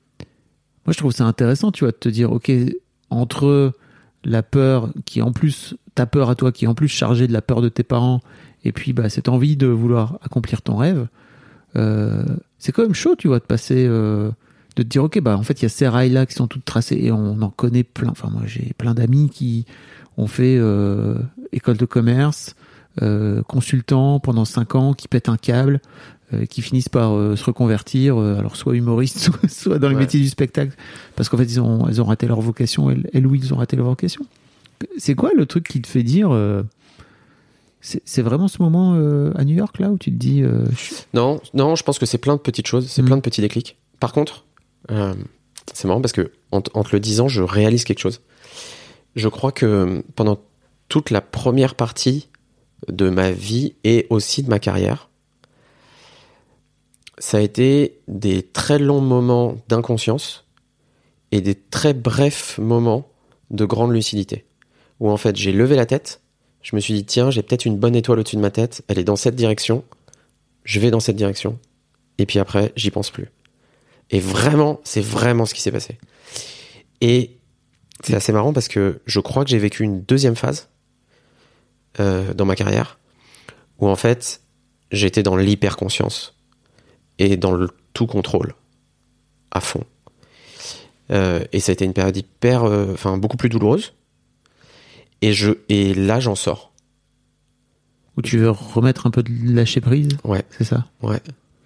je trouve ça intéressant, tu vois, de te dire, ok, entre la peur qui en plus, ta peur à toi qui est en plus chargée de la peur de tes parents, et puis cette envie de vouloir accomplir ton rêve, c'est quand même chaud, tu vois, de passer, de te dire, ok, en fait, il y a ces rails-là qui sont toutes tracées, et on en connaît plein. Enfin, moi, j'ai plein d'amis qui ont fait école de commerce, consultant pendant 5 ans, qui pètent un câble, qui finissent par se reconvertir, alors soit humoristes, soit dans le métier du spectacle, parce qu'en fait ils ont raté leur vocation, elles ou ils ont raté leur vocation. C'est quoi le truc qui te fait dire C'est vraiment ce moment à New York, là, où tu te dis... Non, je pense que c'est plein de petites choses, c'est plein de petits déclics. Par contre, c'est marrant parce que en te le disant, je réalise quelque chose. Je crois que pendant toute la première partie de ma vie et aussi de ma carrière, ça a été des très longs moments d'inconscience et des très brefs moments de grande lucidité. Où en fait, j'ai levé la tête, je me suis dit, tiens, j'ai peut-être une bonne étoile au-dessus de ma tête, elle est dans cette direction, je vais dans cette direction, et puis après, j'y pense plus. Et vraiment, c'est vraiment ce qui s'est passé. Et c'est assez marrant parce que je crois que j'ai vécu une deuxième phase dans ma carrière où en fait, j'étais dans l'hyper-conscience et dans le tout contrôle à fond. Et ça a été une période beaucoup plus douloureuse. Et là, j'en sors. Où tu veux remettre un peu de lâcher prise. Ouais. C'est ça. Ouais.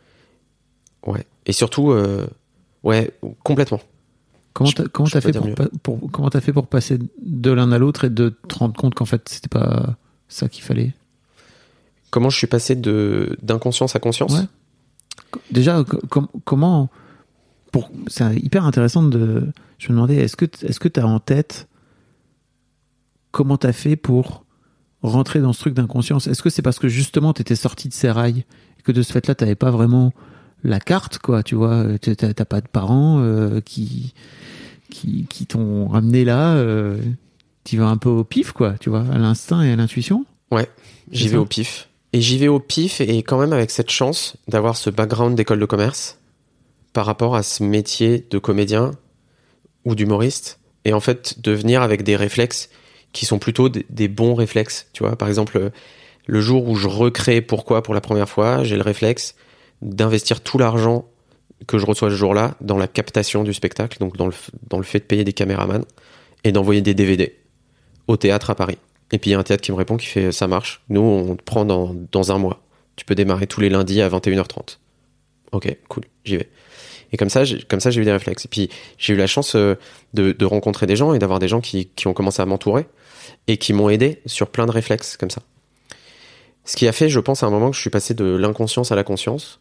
Et surtout, complètement. Comment t'as fait pour passer de l'un à l'autre et de te rendre compte qu'en fait, c'était pas ça qu'il fallait? Comment je suis passé d'inconscience à conscience? Ouais. Déjà, comment... C'est hyper intéressant je me demandais, est-ce que t'as en tête comment t'as fait pour rentrer dans ce truc d'inconscience? Est-ce que c'est parce que justement t'étais sorti de ces rails et que de ce fait-là t'avais pas vraiment la carte, quoi, tu vois, t'as pas de parents qui t'ont ramené là, tu vas un peu au pif, quoi, tu vois, à l'instinct et à l'intuition? Ouais, j'y vais au pif. Et j'y vais au pif et quand même avec cette chance d'avoir ce background d'école de commerce par rapport à ce métier de comédien ou d'humoriste, et en fait de venir avec des réflexes qui sont plutôt des bons réflexes, tu vois. Par exemple, le jour où je recrée Pourquoi pour la première fois, j'ai le réflexe d'investir tout l'argent que je reçois ce jour-là dans la captation du spectacle, donc dans le fait de payer des caméramans et d'envoyer des DVD au théâtre à Paris. Et puis il y a un théâtre qui me répond, qui fait « ça marche, nous on te prend dans un mois, tu peux démarrer tous les lundis à 21h30 ». Ok, cool, j'y vais. Et comme ça, j'ai eu des réflexes. Et puis, j'ai eu la chance de rencontrer des gens et d'avoir des gens qui ont commencé à m'entourer et qui m'ont aidé sur plein de réflexes comme ça. Ce qui a fait, je pense, à un moment que je suis passé de l'inconscience à la conscience,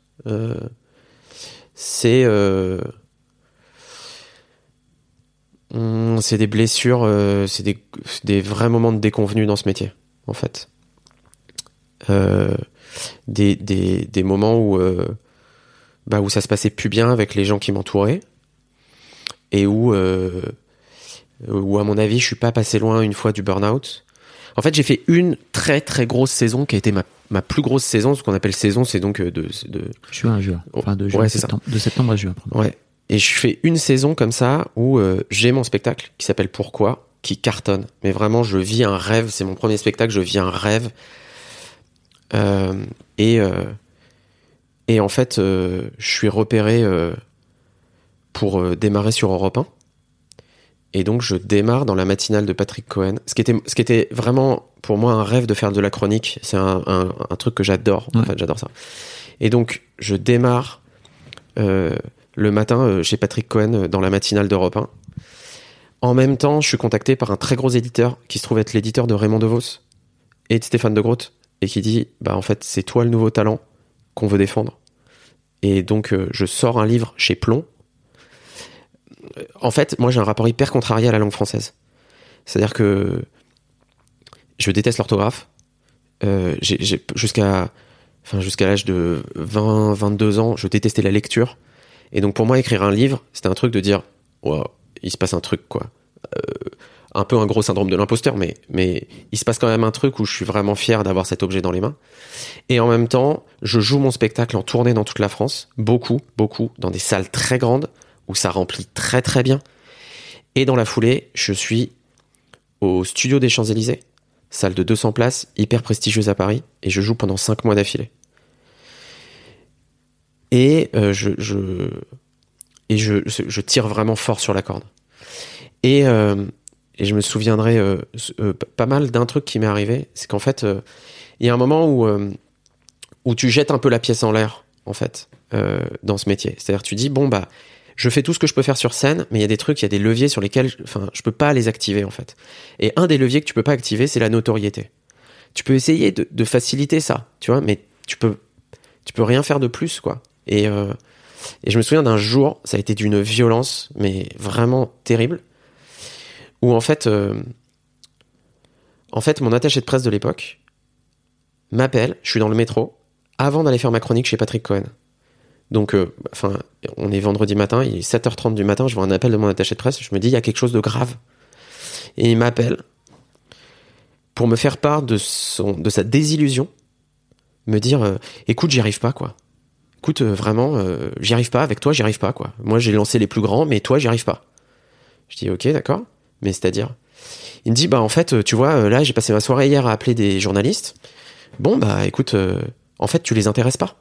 c'est des blessures, c'est des vrais moments de déconvenus dans ce métier, en fait. Des moments où ça se passait plus bien avec les gens qui m'entouraient et où à mon avis je suis pas passé loin une fois du burn-out. En fait, j'ai fait une très très grosse saison qui a été ma plus grosse saison. Ce qu'on appelle saison, c'est donc de juin à juin, enfin de juin, de septembre à juin. Ouais. Et je fais une saison comme ça où j'ai mon spectacle qui s'appelle Pourquoi, qui cartonne. Mais vraiment, je vis un rêve. C'est mon premier spectacle, je vis un rêve. Et en fait, je suis repéré pour démarrer sur Europe 1. Et donc, je démarre dans la matinale de Patrick Cohen. Ce qui était vraiment, pour moi, un rêve de faire de la chronique. C'est un truc que j'adore. En fait, j'adore ça. Et donc, je démarre le matin chez Patrick Cohen dans la matinale d'Europe 1. En même temps, je suis contacté par un très gros éditeur qui se trouve être l'éditeur de Raymond DeVos et de Stéphane de Groot, et qui dit, en fait, c'est toi le nouveau talent qu'on veut défendre. Et donc, je sors un livre chez Plomb. En fait, moi, j'ai un rapport hyper contrarié à la langue française. C'est-à-dire que je déteste l'orthographe. Jusqu'à l'âge de 20, 22 ans, je détestais la lecture. Et donc, pour moi, écrire un livre, c'était un truc de dire, wow, il se passe un truc, quoi. Un peu un gros syndrome de l'imposteur, mais il se passe quand même un truc où je suis vraiment fier d'avoir cet objet dans les mains. Et en même temps, je joue mon spectacle en tournée dans toute la France, beaucoup, dans des salles très grandes, où ça remplit très très bien. Et dans la foulée, je suis au Studio des Champs-Élysées, salle de 200 places, hyper prestigieuse à Paris, et je joue pendant 5 mois d'affilée. Et je tire vraiment fort sur la corde. Et je me souviendrai pas mal d'un truc qui m'est arrivé, c'est qu'en fait, il y a un moment où tu jettes un peu la pièce en l'air, en fait, dans ce métier. C'est-à-dire, tu dis, je fais tout ce que je peux faire sur scène, mais il y a des trucs, il y a des leviers sur lesquels je peux pas les activer, en fait. Et un des leviers que tu peux pas activer, c'est la notoriété. tu peux essayer de faciliter ça, tu vois, mais tu peux rien faire de plus, quoi. Et je me souviens d'un jour, ça a été d'une violence, mais vraiment terrible, où en fait, mon attaché de presse de l'époque m'appelle, je suis dans le métro, avant d'aller faire ma chronique chez Patrick Cohen. Donc, on est vendredi matin, il est 7h30 du matin, je vois un appel de mon attaché de presse, je me dis, il y a quelque chose de grave. Et il m'appelle pour me faire part de sa désillusion, me dire, écoute, j'y arrive pas, quoi. Écoute, vraiment, j'y arrive pas, avec toi, j'y arrive pas, quoi. Moi, j'ai lancé les plus grands, mais toi, j'y arrive pas. Je dis, ok, d'accord, mais c'est-à-dire? Il me dit, en fait, tu vois, là, j'ai passé ma soirée hier à appeler des journalistes. Bon, écoute, en fait, tu les intéresses pas.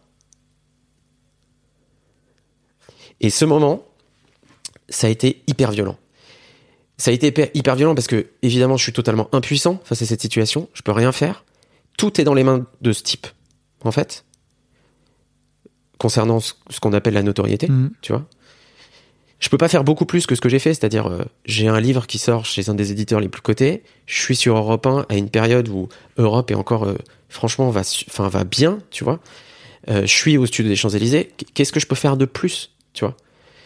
Et ce moment, ça a été hyper violent. Ça a été hyper violent parce que, évidemment, je suis totalement impuissant face à cette situation. Je peux rien faire. Tout est dans les mains de ce type, en fait, concernant ce qu'on appelle la notoriété, tu vois. Je peux pas faire beaucoup plus que ce que j'ai fait, c'est-à-dire, j'ai un livre qui sort chez un des éditeurs les plus cotés. Je suis sur Europe 1 à une période où Europe est encore, franchement, va bien, tu vois. Je suis au studio des Champs-Élysées. Qu'est-ce que je peux faire de plus, tu vois?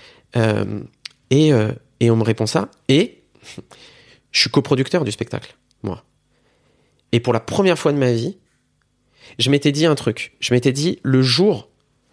Et on me répond ça. Et je suis coproducteur du spectacle, moi. Et pour la première fois de ma vie, je m'étais dit un truc. Je m'étais dit, le jour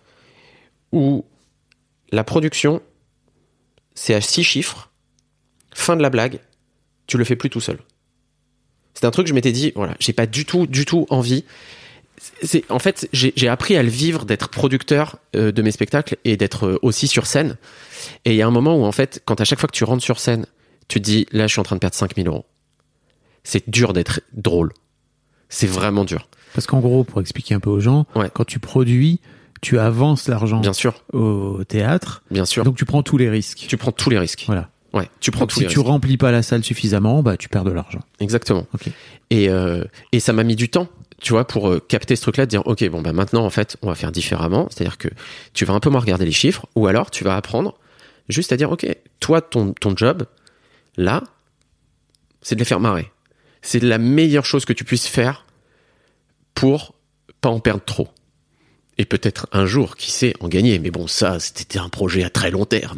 où la production, c'est à 6 chiffres, fin de la blague, tu le fais plus tout seul. C'est un truc que je m'étais dit, voilà, j'ai pas du tout envie. En fait, j'ai appris à le vivre, d'être producteur de mes spectacles et d'être aussi sur scène. Et il y a un moment où, en fait, quand à chaque fois que tu rentres sur scène, tu te dis, là, je suis en train de perdre 5 000 €. C'est dur d'être drôle. C'est vraiment dur. Parce qu'en gros, pour expliquer un peu aux gens, quand tu produis, tu avances l'argent, bien sûr, au théâtre. Bien sûr. Donc tu prends tous les risques. Tu prends tous les risques. Voilà. Ouais, tu prends tous les risques. Si tu remplis pas la salle suffisamment, tu perds de l'argent. Exactement. Okay. Et ça m'a mis du temps, tu vois, pour capter ce truc-là, de dire, ok, maintenant, en fait, on va faire différemment. C'est-à-dire que tu vas un peu moins regarder les chiffres, ou alors tu vas apprendre juste à dire, ok, toi, ton job, là, c'est de les faire marrer. C'est la meilleure chose que tu puisses faire pour pas en perdre trop. Et peut-être un jour, qui sait, en gagner. Mais bon, ça, c'était un projet à très long terme.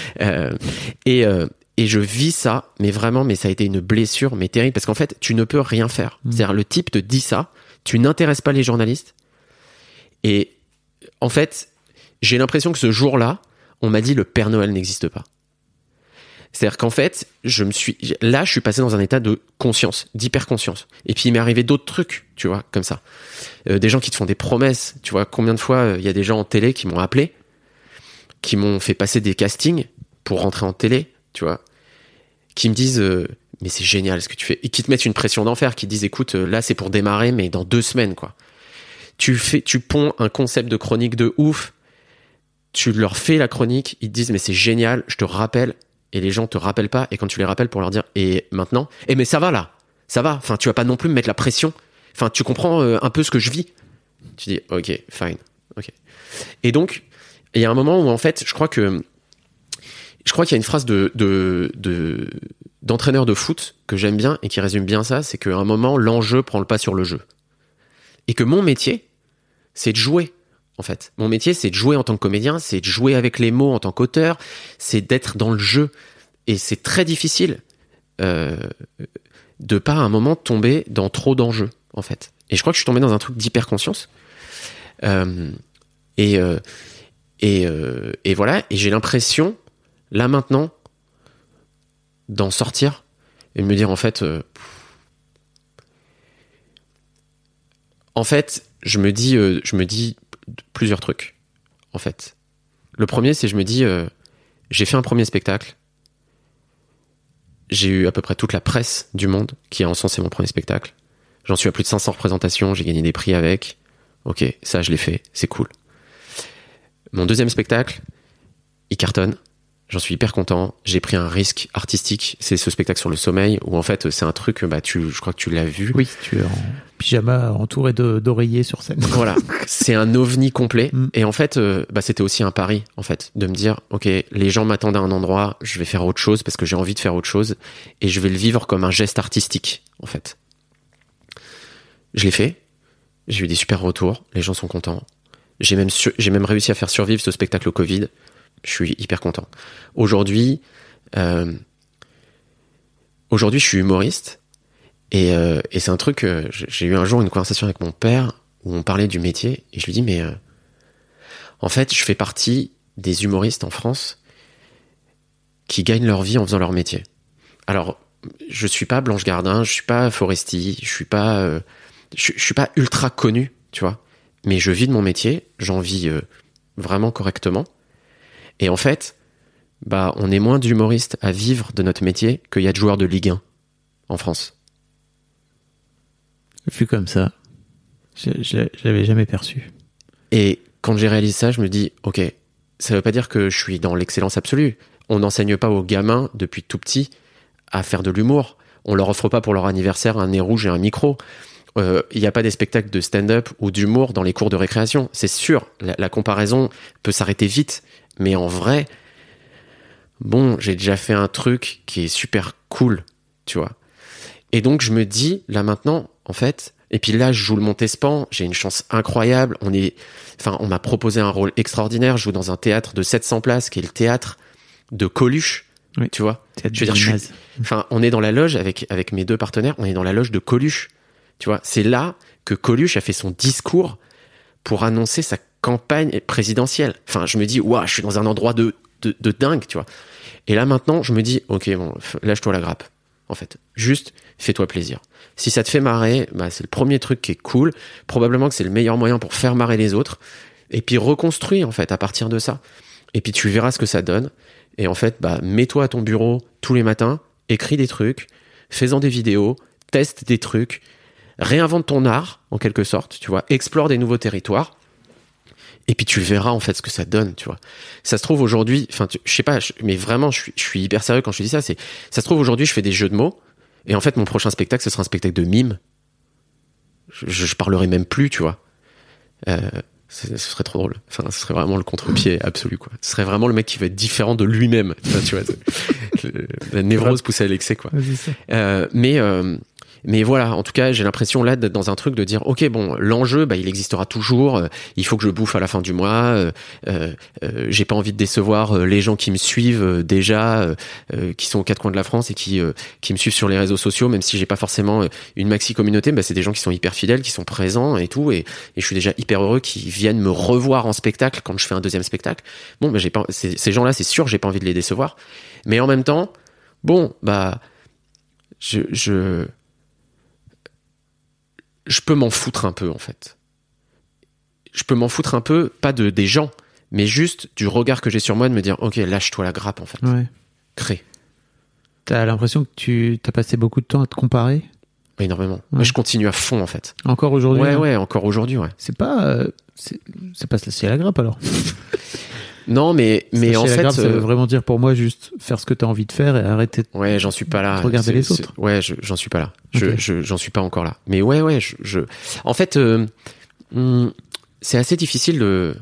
Et je vis ça, mais vraiment, ça a été une blessure, mais terrible, parce qu'en fait, tu ne peux rien faire. C'est-à-dire, le type te dit ça, tu n'intéresses pas les journalistes. Et en fait, j'ai l'impression que ce jour-là, on m'a dit, le Père Noël n'existe pas. C'est-à-dire qu'en fait, je suis passé dans un état de conscience, d'hyper-conscience. Et puis, il m'est arrivé d'autres trucs, tu vois, comme ça. Des gens qui te font des promesses. Tu vois, combien de fois, il y a des gens en télé qui m'ont appelé, qui m'ont fait passer des castings pour rentrer en télé, tu vois, qui me disent, mais c'est génial ce que tu fais. Et qui te mettent une pression d'enfer, qui te disent, écoute, là, c'est pour démarrer, mais dans 2 semaines, quoi. Tu ponds un concept de chronique de ouf, tu leur fais la chronique, ils te disent, mais c'est génial, je te rappelle. Et les gens te rappellent pas, et quand tu les rappelles pour leur dire, et maintenant, mais ça va là, ça va, enfin tu vas pas non plus me mettre la pression, enfin tu comprends un peu ce que je vis. Tu dis, ok, fine, ok. Et donc, il y a un moment où en fait, je crois qu'il y a une phrase d'entraîneur de foot que j'aime bien et qui résume bien ça, c'est qu'à un moment, l'enjeu prend le pas sur le jeu. Et que mon métier, c'est de jouer. En fait, mon métier, c'est de jouer en tant que comédien, c'est de jouer avec les mots en tant qu'auteur, c'est d'être dans le jeu. Et c'est très difficile de pas à un moment tomber dans trop d'enjeux, en fait. Et je crois que je suis tombé dans un truc d'hyper-conscience. Et voilà. Et j'ai l'impression, là maintenant, d'en sortir et de me dire, en fait, je me dis plusieurs trucs, en fait. Le premier, c'est je me dis, j'ai fait un premier spectacle, j'ai eu à peu près toute la presse du monde qui a encensé mon premier spectacle, j'en suis à plus de 500 représentations, j'ai gagné des prix avec, ok, ça je l'ai fait, c'est cool. Mon deuxième spectacle, il cartonne, j'en suis hyper content, j'ai pris un risque artistique, c'est ce spectacle sur le sommeil, où en fait c'est un truc, je crois que tu l'as vu. Oui, tu es en pyjama entouré d'oreillers sur scène. Voilà, c'est un ovni complet, et en fait c'était aussi un pari, en fait, de me dire, ok, les gens m'attendent à un endroit, je vais faire autre chose, parce que j'ai envie de faire autre chose, et je vais le vivre comme un geste artistique, en fait. Je l'ai fait. J'ai eu des super retours. Les gens sont contents. J'ai même réussi à faire survivre ce spectacle au Covid. Je suis hyper content. Aujourd'hui, je suis humoriste. Et c'est un truc, j'ai eu un jour une conversation avec mon père où on parlait du métier. Et je lui dis, mais en fait, je fais partie des humoristes en France qui gagnent leur vie en faisant leur métier. Alors, je suis pas Blanche Gardin, je suis pas Foresti, je suis pas ultra connu, tu vois. Mais je vis de mon métier, j'en vis vraiment correctement. Et en fait, on est moins d'humoristes à vivre de notre métier qu'il y a de joueurs de Ligue 1 en France. Vu comme ça, je l'avais jamais perçu. Et quand j'ai réalisé ça, je me dis, ok, ça veut pas dire que je suis dans l'excellence absolue. On n'enseigne pas aux gamins depuis tout petit à faire de l'humour. On leur offre pas pour leur anniversaire un nez rouge et un micro. Il n'y a pas des spectacles de stand-up ou d'humour dans les cours de récréation. C'est sûr, la comparaison peut s'arrêter vite. Mais en vrai, j'ai déjà fait un truc qui est super cool, tu vois. Et donc, je me dis, là maintenant, en fait, et puis là, je joue le Montespan, j'ai une chance incroyable. On m'a proposé un rôle extraordinaire. Je joue dans un théâtre de 700 places, qui est le théâtre de Coluche, oui, tu vois. Je veux dire, on est dans la loge avec mes deux partenaires, on est dans la loge de Coluche, tu vois. C'est là que Coluche a fait son discours pour annoncer sa campagne présidentielle. Enfin, je me dis, je suis dans un endroit de dingue, tu vois. Et là, maintenant, je me dis, ok, lâche-toi la grappe, en fait. Juste, fais-toi plaisir. Si ça te fait marrer, c'est le premier truc qui est cool. Probablement que c'est le meilleur moyen pour faire marrer les autres. Et puis, reconstruis, en fait, à partir de ça. Et puis, tu verras ce que ça donne. Et en fait, mets-toi à ton bureau tous les matins, écris des trucs, fais-en des vidéos, teste des trucs, réinvente ton art, en quelque sorte, tu vois, explore des nouveaux territoires. Et puis tu verras en fait ce que ça donne, tu vois. Ça se trouve aujourd'hui, je sais pas, mais vraiment, je suis hyper sérieux quand je te dis ça. Ça se trouve aujourd'hui, je fais des jeux de mots, et en fait, mon prochain spectacle, ce sera un spectacle de mime. Je parlerai même plus, tu vois. Ce serait trop drôle. Enfin, ce serait vraiment le contre-pied absolu, quoi. Ce serait vraiment le mec qui va être différent de lui-même. Tu vois, la névrose poussée à l'excès, quoi. Mais voilà, en tout cas, j'ai l'impression là d'être dans un truc de dire, ok, l'enjeu, il existera toujours. Il faut que je bouffe à la fin du mois. J'ai pas envie de décevoir les gens qui me suivent déjà, qui sont aux quatre coins de la France et qui me suivent sur les réseaux sociaux, même si j'ai pas forcément une maxi communauté. C'est des gens qui sont hyper fidèles, qui sont présents et tout. Et je suis déjà hyper heureux qu'ils viennent me revoir en spectacle quand je fais un deuxième spectacle. Ces gens-là, c'est sûr, j'ai pas envie de les décevoir. Mais en même temps, je peux m'en foutre un peu, en fait. Je peux m'en foutre un peu, pas des gens, mais juste du regard que j'ai sur moi, de me dire, ok, lâche-toi la grappe, en fait. Ouais. Crée. T'as l'impression que tu as passé beaucoup de temps à te comparer ? Énormément. Ouais. Mais je continue à fond, en fait. Encore aujourd'hui ? Ouais, encore aujourd'hui, ouais. C'est pas se lâcher la grappe, alors. Non, mais en fait, ça veut vraiment dire pour moi juste faire ce que tu as envie de faire et arrêter. Ouais, j'en suis pas là. Regarder les autres. Ouais, j'en suis pas là. Okay. J'en suis pas encore là. Mais ouais, en fait, c'est assez difficile de.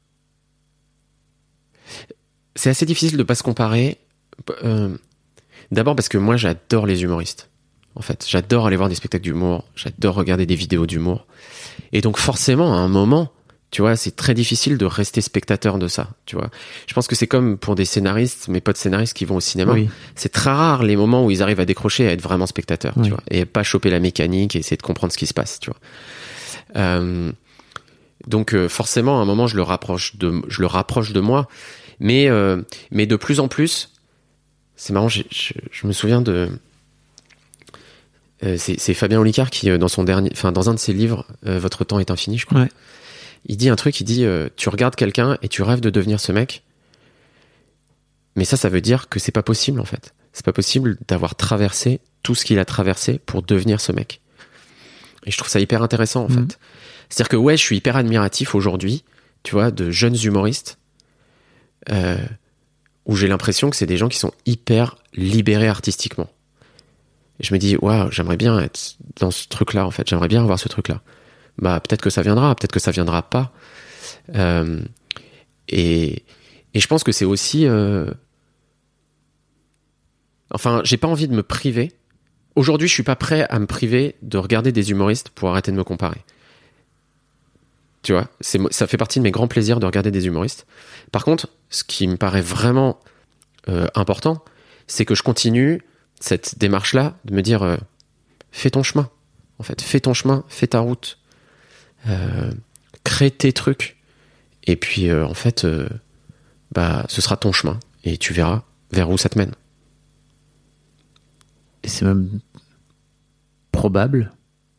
C'est assez difficile de pas se comparer. D'abord parce que moi, j'adore les humoristes. En fait, j'adore aller voir des spectacles d'humour. J'adore regarder des vidéos d'humour. Et donc, forcément, à un moment. Tu vois, c'est très difficile de rester spectateur de ça, tu vois. Je pense que c'est comme pour des scénaristes, mes potes scénaristes qui vont au cinéma. Oui. C'est très rare les moments où ils arrivent à décrocher, à être vraiment spectateurs, oui. Tu vois. Et pas choper la mécanique et essayer de comprendre ce qui se passe, tu vois. Donc, forcément, à un moment, je le rapproche de moi. Mais de plus en plus, c'est marrant, je me souviens de, c'est Fabien Olicard qui, dans un de ses livres, Votre temps est infini, je crois. Ouais. Il dit un truc, il dit tu regardes quelqu'un et tu rêves de devenir ce mec, mais ça veut dire que c'est pas possible en fait. C'est pas possible d'avoir traversé tout ce qu'il a traversé pour devenir ce mec. Et je trouve ça hyper intéressant en fait. C'est-à-dire que je suis hyper admiratif aujourd'hui, tu vois, de jeunes humoristes où j'ai l'impression que c'est des gens qui sont hyper libérés artistiquement. Et je me dis waouh, j'aimerais bien être dans ce truc-là en fait. J'aimerais bien avoir ce truc-là. Peut-être que ça viendra, peut-être que ça viendra pas. Et je pense que c'est aussi... Enfin, j'ai pas envie de me priver aujourd'hui, je suis pas prêt à me priver de regarder des humoristes pour arrêter de me comparer. Tu vois, ça fait partie de mes grands plaisirs de regarder des humoristes. Par contre, ce qui me paraît vraiment important, c'est que je continue cette démarche-là de me dire fais ton chemin. En fait, fais ton chemin, fais ta route, crée tes trucs. Et puis, en fait, ce sera ton chemin. Et tu verras vers où ça te mène. Et c'est même probable.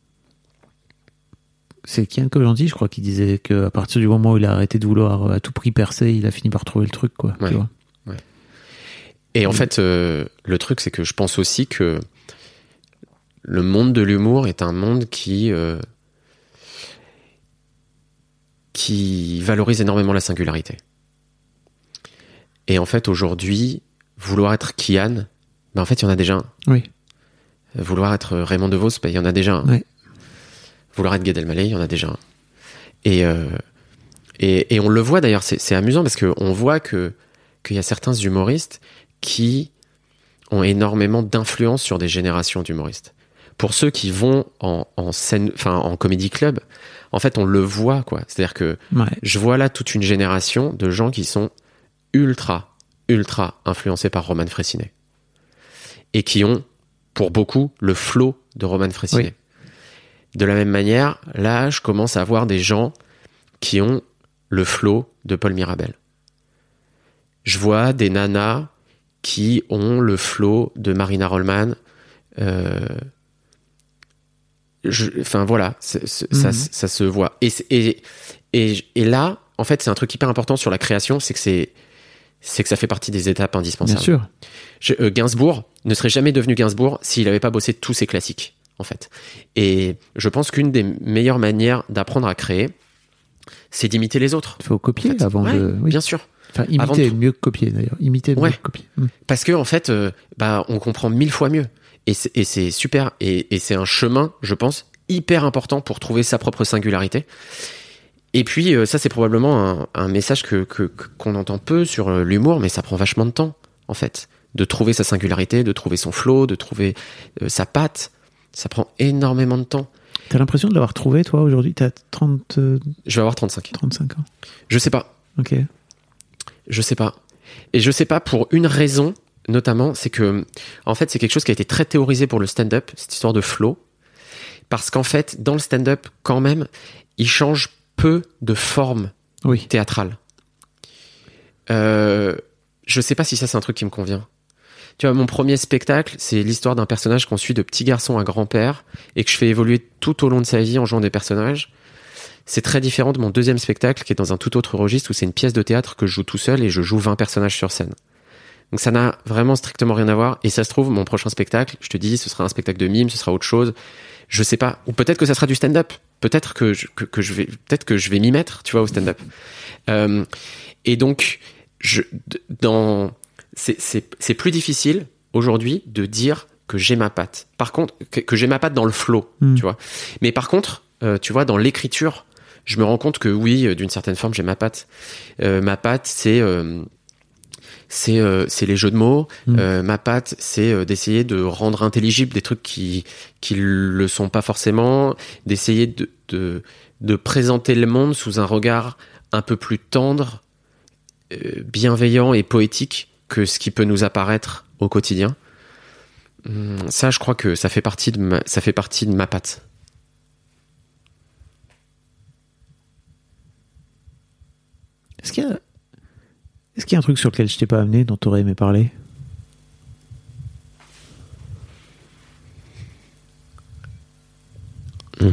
C'est Kian Kojandi, je crois, qui disait qu'à partir du moment où il a arrêté de vouloir à tout prix percer, il a fini par trouver le truc, quoi. Ouais. Tu vois. Ouais. Et en fait, le truc, c'est que je pense aussi que le monde de l'humour est un monde qui valorise énormément la singularité. Et en fait, aujourd'hui, vouloir être Kian, en fait, il y en a déjà un. Oui. Vouloir être Raymond DeVos, il y en a déjà un. Oui. Vouloir être Gad Elmaleh, il y en a déjà un. Et on le voit d'ailleurs, c'est amusant parce qu'on voit qu'il y a certains humoristes qui ont énormément d'influence sur des générations d'humoristes. Pour ceux qui vont en scène, enfin en comedy club, en fait, on le voit, quoi. C'est-à-dire que je vois là toute une génération de gens qui sont ultra influencés par Roman Frécinet. Et qui ont, pour beaucoup, le flow de Roman Frécinet. Oui. De la même manière, là, je commence à voir des gens qui ont le flow de Paul Mirabel. Je vois des nanas qui ont le flow de Marina Rollman. Enfin, voilà, ça se voit. Et là, en fait, c'est un truc hyper important sur la création, c'est que ça fait partie des étapes indispensables. Bien sûr. Gainsbourg ne serait jamais devenu Gainsbourg s'il n'avait pas bossé tous ses classiques, en fait. Et je pense qu'une des meilleures manières d'apprendre à créer, c'est d'imiter les autres. Il faut copier, en fait, avant de... Oui, bien sûr. Enfin, imiter mieux que copier, d'ailleurs. Imiter mieux que copier. Parce que, en fait, on comprend 1000 fois mieux. Et c'est super. Et c'est un chemin, je pense, hyper important pour trouver sa propre singularité. Et puis, ça, c'est probablement un message qu'on entend peu sur l'humour, mais ça prend vachement de temps, en fait. De trouver sa singularité, de trouver son flow, de trouver sa patte. Ça prend énormément de temps. T'as l'impression de l'avoir trouvé, toi, aujourd'hui? T'as 30... Je vais avoir 35. 35 ans. Je sais pas. Ok. Je sais pas. Et je sais pas pour une raison, notamment, c'est que, en fait, c'est quelque chose qui a été très théorisé pour le stand-up, cette histoire de flow. Parce qu'en fait, dans le stand-up, quand même, il change peu de forme théâtrale. Je sais pas si ça, c'est un truc qui me convient. Tu vois, mon premier spectacle, c'est l'histoire d'un personnage qu'on suit de petit garçon à grand-père et que je fais évoluer tout au long de sa vie en jouant des personnages. C'est très différent de mon deuxième spectacle qui est dans un tout autre registre où c'est une pièce de théâtre que je joue tout seul et je joue 20 personnages sur scène. Donc ça n'a vraiment strictement rien à voir. Et ça se trouve, mon prochain spectacle, je te dis, ce sera un spectacle de mime, ce sera autre chose. Je sais pas. Ou peut-être que ça sera du stand-up. Peut-être que je vais m'y mettre, tu vois, au stand-up. Et donc, c'est plus difficile aujourd'hui de dire que j'ai ma patte. Par contre, que j'ai ma patte dans le flow, tu vois. Mais par contre, tu vois, dans l'écriture, je me rends compte que oui, d'une certaine forme, j'ai ma patte. Ma patte, c'est les jeux de mots. Ma patte, c'est d'essayer de rendre intelligible des trucs qui le sont pas forcément, d'essayer de présenter le monde sous un regard un peu plus tendre, bienveillant et poétique que ce qui peut nous apparaître au quotidien. Ça, je crois que ça fait partie de ma patte. Est-ce qu'il y a un truc sur lequel je t'ai pas amené, dont tu aurais aimé parler? Vous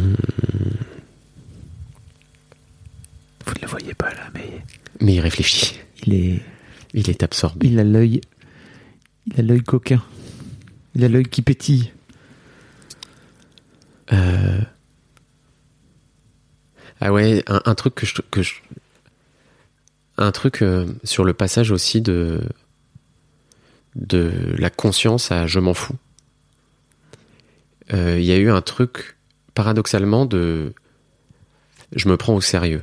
ne le voyez pas là, mais il réfléchit. Il est absorbé. Il a l'œil coquin. Il a l'œil qui pétille. Ah ouais, un truc un truc sur le passage aussi de la conscience à je m'en fous. Il y a eu un truc paradoxalement de je me prends au sérieux.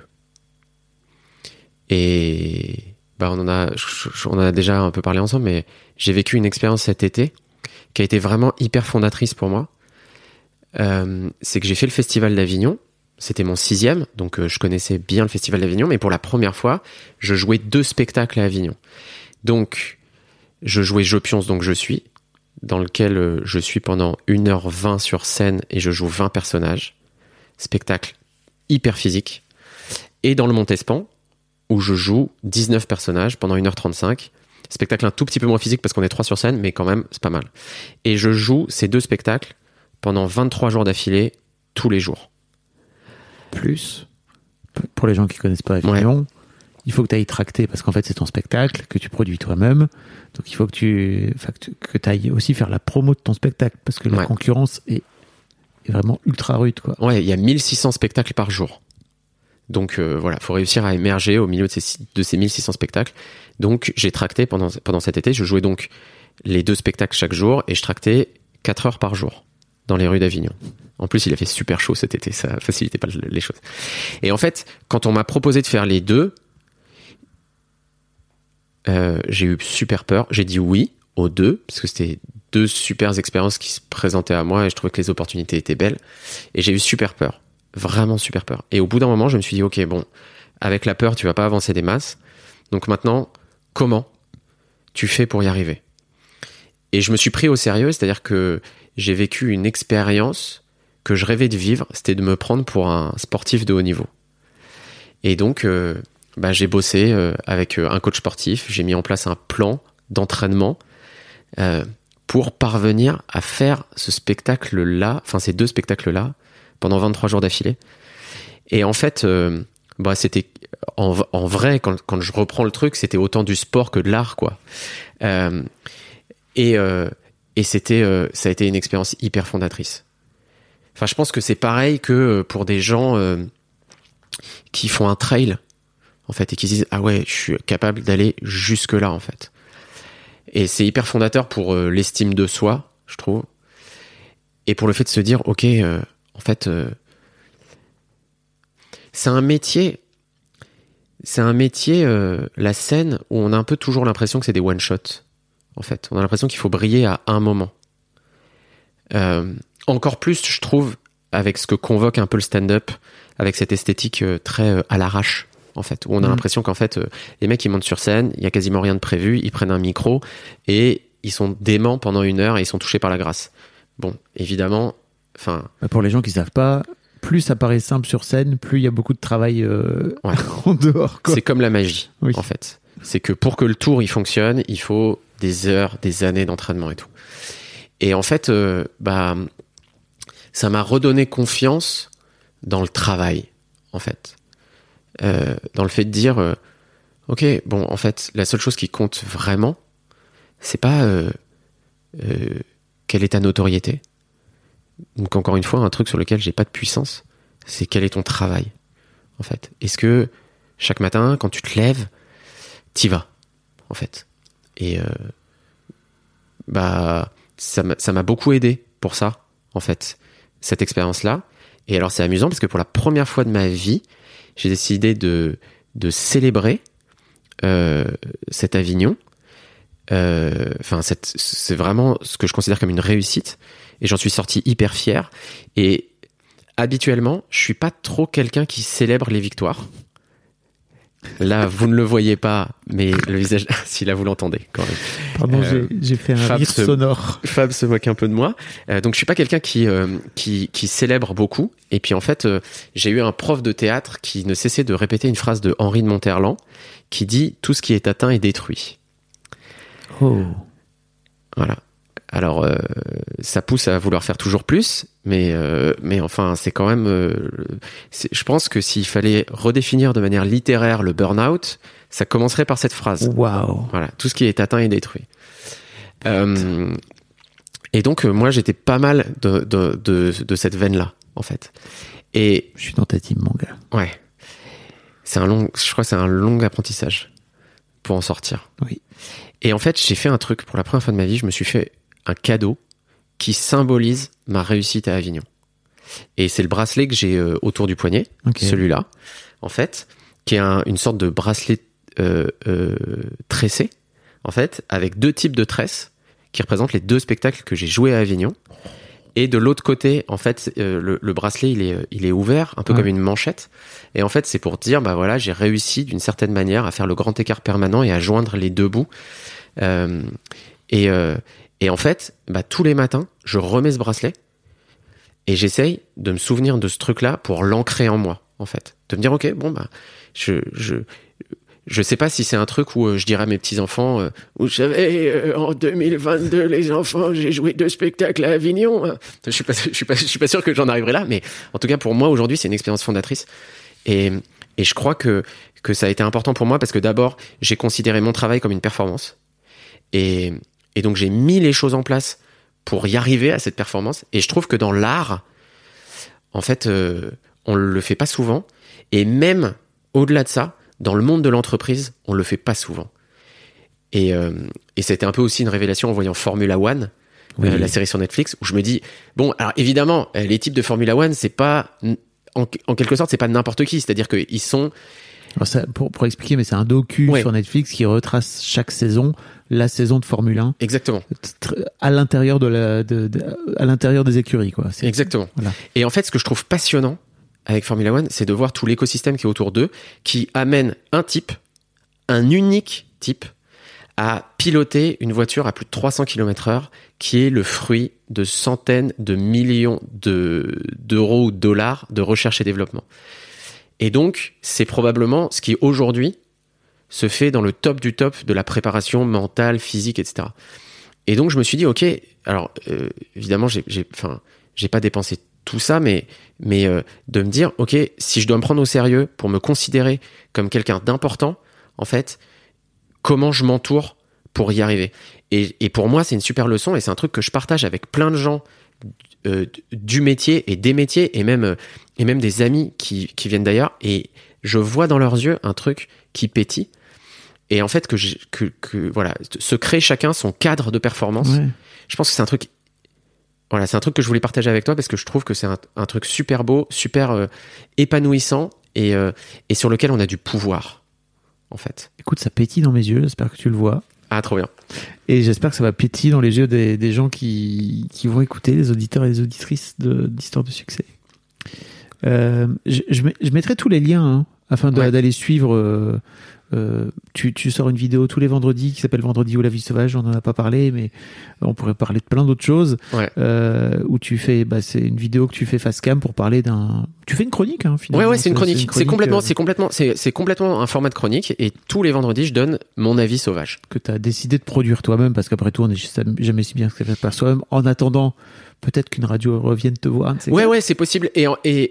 Et on en a déjà un peu parlé ensemble, mais j'ai vécu une expérience cet été qui a été vraiment hyper fondatrice pour moi, c'est que j'ai fait le Festival d'Avignon. C'était mon 6e, donc je connaissais bien le Festival d'Avignon, mais pour la première fois, je jouais 2 spectacles à Avignon. Donc, je jouais Je pionce, donc je suis, dans lequel je suis pendant 1h20 sur scène et je joue 20 personnages. Spectacle hyper physique. Et dans le Montespan, où je joue 19 personnages pendant 1h35. Spectacle un tout petit peu moins physique parce qu'on est 3 sur scène, mais quand même, c'est pas mal. Et je joue ces 2 spectacles pendant 23 jours d'affilée, tous les jours. Plus, pour les gens qui connaissent pas Avignon, il faut que tu ailles tracter, parce qu'en fait, c'est ton spectacle que tu produis toi-même. Donc, il faut que tu ailles aussi faire la promo de ton spectacle, parce que la concurrence est vraiment ultra rude, quoi. Ouais, il y a 1600 spectacles par jour. Donc, voilà, faut réussir à émerger au milieu de ces 1600 spectacles. Donc, j'ai tracté pendant cet été. Je jouais donc les 2 spectacles chaque jour et je tractais 4 heures par jour dans les rues d'Avignon. En plus, il a fait super chaud cet été, ça facilitait pas les choses. Et en fait, quand on m'a proposé de faire les 2, j'ai eu super peur. J'ai dit oui aux 2, parce que c'était 2 super expériences qui se présentaient à moi et je trouvais que les opportunités étaient belles. Et j'ai eu super peur, vraiment super peur. Et au bout d'un moment, je me suis dit, ok, bon, avec la peur, tu vas pas avancer des masses. Donc maintenant, comment tu fais pour y arriver? Et je me suis pris au sérieux, c'est-à-dire que j'ai vécu une expérience que je rêvais de vivre, c'était de me prendre pour un sportif de haut niveau. Et donc, j'ai bossé avec un coach sportif, j'ai mis en place un plan d'entraînement pour parvenir à faire ce spectacle-là, enfin ces 2 spectacles-là, pendant 23 jours d'affilée. Et en fait, c'était en vrai, quand je reprends le truc, c'était autant du sport que de l'art, quoi. Et c'était, ça a été une expérience hyper fondatrice. Enfin, je pense que c'est pareil que pour des gens qui font un trail, en fait, et qui se disent, ah ouais, je suis capable d'aller jusque là, en fait. Et c'est hyper fondateur pour l'estime de soi, je trouve. Et pour le fait de se dire, ok, en fait, c'est un métier, la scène, où on a un peu toujours l'impression que c'est des one-shots, en fait. On a l'impression qu'il faut briller à un moment. Encore plus, je trouve, avec ce que convoque un peu le stand-up, avec cette esthétique très à l'arrache, en fait, où on a l'impression qu'en fait, les mecs, ils montent sur scène, il y a quasiment rien de prévu, ils prennent un micro et ils sont déments pendant 1 heure et ils sont touchés par la grâce. Bon, évidemment, enfin... Pour les gens qui savent pas, plus ça paraît simple sur scène, plus il y a beaucoup de travail en dehors, quoi. C'est comme la magie, en fait. C'est que pour que le tour, il fonctionne, il faut des heures, des années d'entraînement et tout. Et en fait, ça m'a redonné confiance dans le travail, en fait. Dans le fait de dire, ok, bon, en fait, la seule chose qui compte vraiment, c'est pas quelle est ta notoriété. Donc encore une fois, un truc sur lequel j'ai pas de puissance, c'est quel est ton travail, en fait. Est-ce que chaque matin, quand tu te lèves, t'y vas, en fait. Et ça m'a beaucoup aidé pour ça, en fait, cette expérience-là. Et alors c'est amusant parce que pour la première fois de ma vie, j'ai décidé de célébrer cet Avignon. C'est vraiment ce que je considère comme une réussite. Et j'en suis sorti hyper fier. Et habituellement, je suis pas trop quelqu'un qui célèbre les victoires. Là, vous ne le voyez pas, mais le visage, si là vous l'entendez quand même. Pardon, j'ai fait un rire sonore. Fab se moque un peu de moi. Donc je suis pas quelqu'un qui célèbre beaucoup. Et puis en fait, j'ai eu un prof de théâtre qui ne cessait de répéter une phrase de Henri de Monterland qui dit « Tout ce qui est atteint est détruit ». Oh. Voilà. Alors, ça pousse à vouloir faire toujours plus, mais enfin, c'est quand même... je pense que s'il fallait redéfinir de manière littéraire le burn-out, ça commencerait par cette phrase. Waouh. Voilà, tout ce qui est atteint est détruit. Et donc, moi, j'étais pas mal de cette veine-là, en fait. Et je suis dans ta team, mon gars. Ouais. Je crois que c'est un long apprentissage pour en sortir. Oui. Et en fait, j'ai fait un truc pour la première fois de ma vie, je me suis fait un cadeau qui symbolise ma réussite à Avignon. Et c'est le bracelet que j'ai autour du poignet, celui-là, en fait, qui est une sorte de bracelet tressé, en fait, avec 2 types de tresses qui représente les 2 spectacles que j'ai joués à Avignon. Et de l'autre côté, en fait, le bracelet, il est ouvert, un peu comme une manchette. Et en fait, c'est pour dire, bah voilà, j'ai réussi d'une certaine manière à faire le grand écart permanent et à joindre les 2 bouts. Et en fait, bah, tous les matins, je remets ce bracelet et j'essaye de me souvenir de ce truc-là pour l'ancrer en moi, en fait. De me dire, ok, bon, bah, je sais pas si c'est un truc où je dirais à mes petits-enfants, vous savez, en 2022, les enfants, j'ai joué 2 spectacles à Avignon. Je suis pas sûr que j'en arriverai là, mais en tout cas, pour moi, aujourd'hui, c'est une expérience fondatrice. Et je crois que ça a été important pour moi parce que d'abord, j'ai considéré mon travail comme une performance. Et donc, j'ai mis les choses en place pour y arriver à cette performance. Et je trouve que dans l'art, en fait, on le fait pas souvent. Et même au-delà de ça, dans le monde de l'entreprise, on le fait pas souvent. Et c'était un peu aussi une révélation en voyant Formula One, la série sur Netflix, où je me dis, bon, alors évidemment, les types de Formula One, c'est pas, en quelque sorte, c'est pas n'importe qui. C'est-à-dire qu'ils sont... Alors ça, pour expliquer, mais c'est un docu sur Netflix qui retrace chaque saison la saison de Formule 1. Exactement. À l'intérieur à l'intérieur des écuries, quoi. Exactement. Voilà. Et en fait, ce que je trouve passionnant avec Formula One, c'est de voir tout l'écosystème qui est autour d'eux, qui amène un unique type, à piloter une voiture à plus de 300 km/h, qui est le fruit de centaines de millions d'euros ou de dollars de recherche et développement. Et donc, c'est probablement ce qui aujourd'hui se fait dans le top du top de la préparation mentale, physique, etc. Et donc, je me suis dit, ok, alors évidemment, j'ai pas dépensé tout ça, mais de me dire, ok, si je dois me prendre au sérieux pour me considérer comme quelqu'un d'important, en fait, comment je m'entoure pour y arriver. Et pour moi, c'est une super leçon et c'est un truc que je partage avec plein de gens du métier et des métiers et même des amis qui viennent d'ailleurs. Et je vois dans leurs yeux un truc qui pétille. Et en fait, que voilà, se créer chacun son cadre de performance. Ouais. Je pense que c'est un truc. Voilà, c'est un truc que je voulais partager avec toi parce que je trouve que c'est un truc super beau, super épanouissant et sur lequel on a du pouvoir, en fait. Écoute, ça pétille dans mes yeux, j'espère que tu le vois. Ah, trop bien. Et j'espère que ça va pétiller dans les yeux des gens qui vont écouter, les auditeurs et les auditrices d'Histoire de succès. Je mettrai tous les liens afin d'aller suivre... tu sors une vidéo tous les vendredis qui s'appelle Vendredi ou la vie sauvage, on n'en a pas parlé, mais on pourrait parler de plein d'autres choses. Où tu fais, c'est une vidéo que tu fais face cam pour parler tu fais une chronique, finalement. Ouais, c'est une chronique. C'est complètement un format de chronique et tous les vendredis je donne mon avis sauvage. Que tu as décidé de produire toi-même parce qu'après tout on n'est jamais si bien que ça fait par soi-même. En attendant, peut-être qu'une radio revienne te voir. Ouais, c'est possible. Et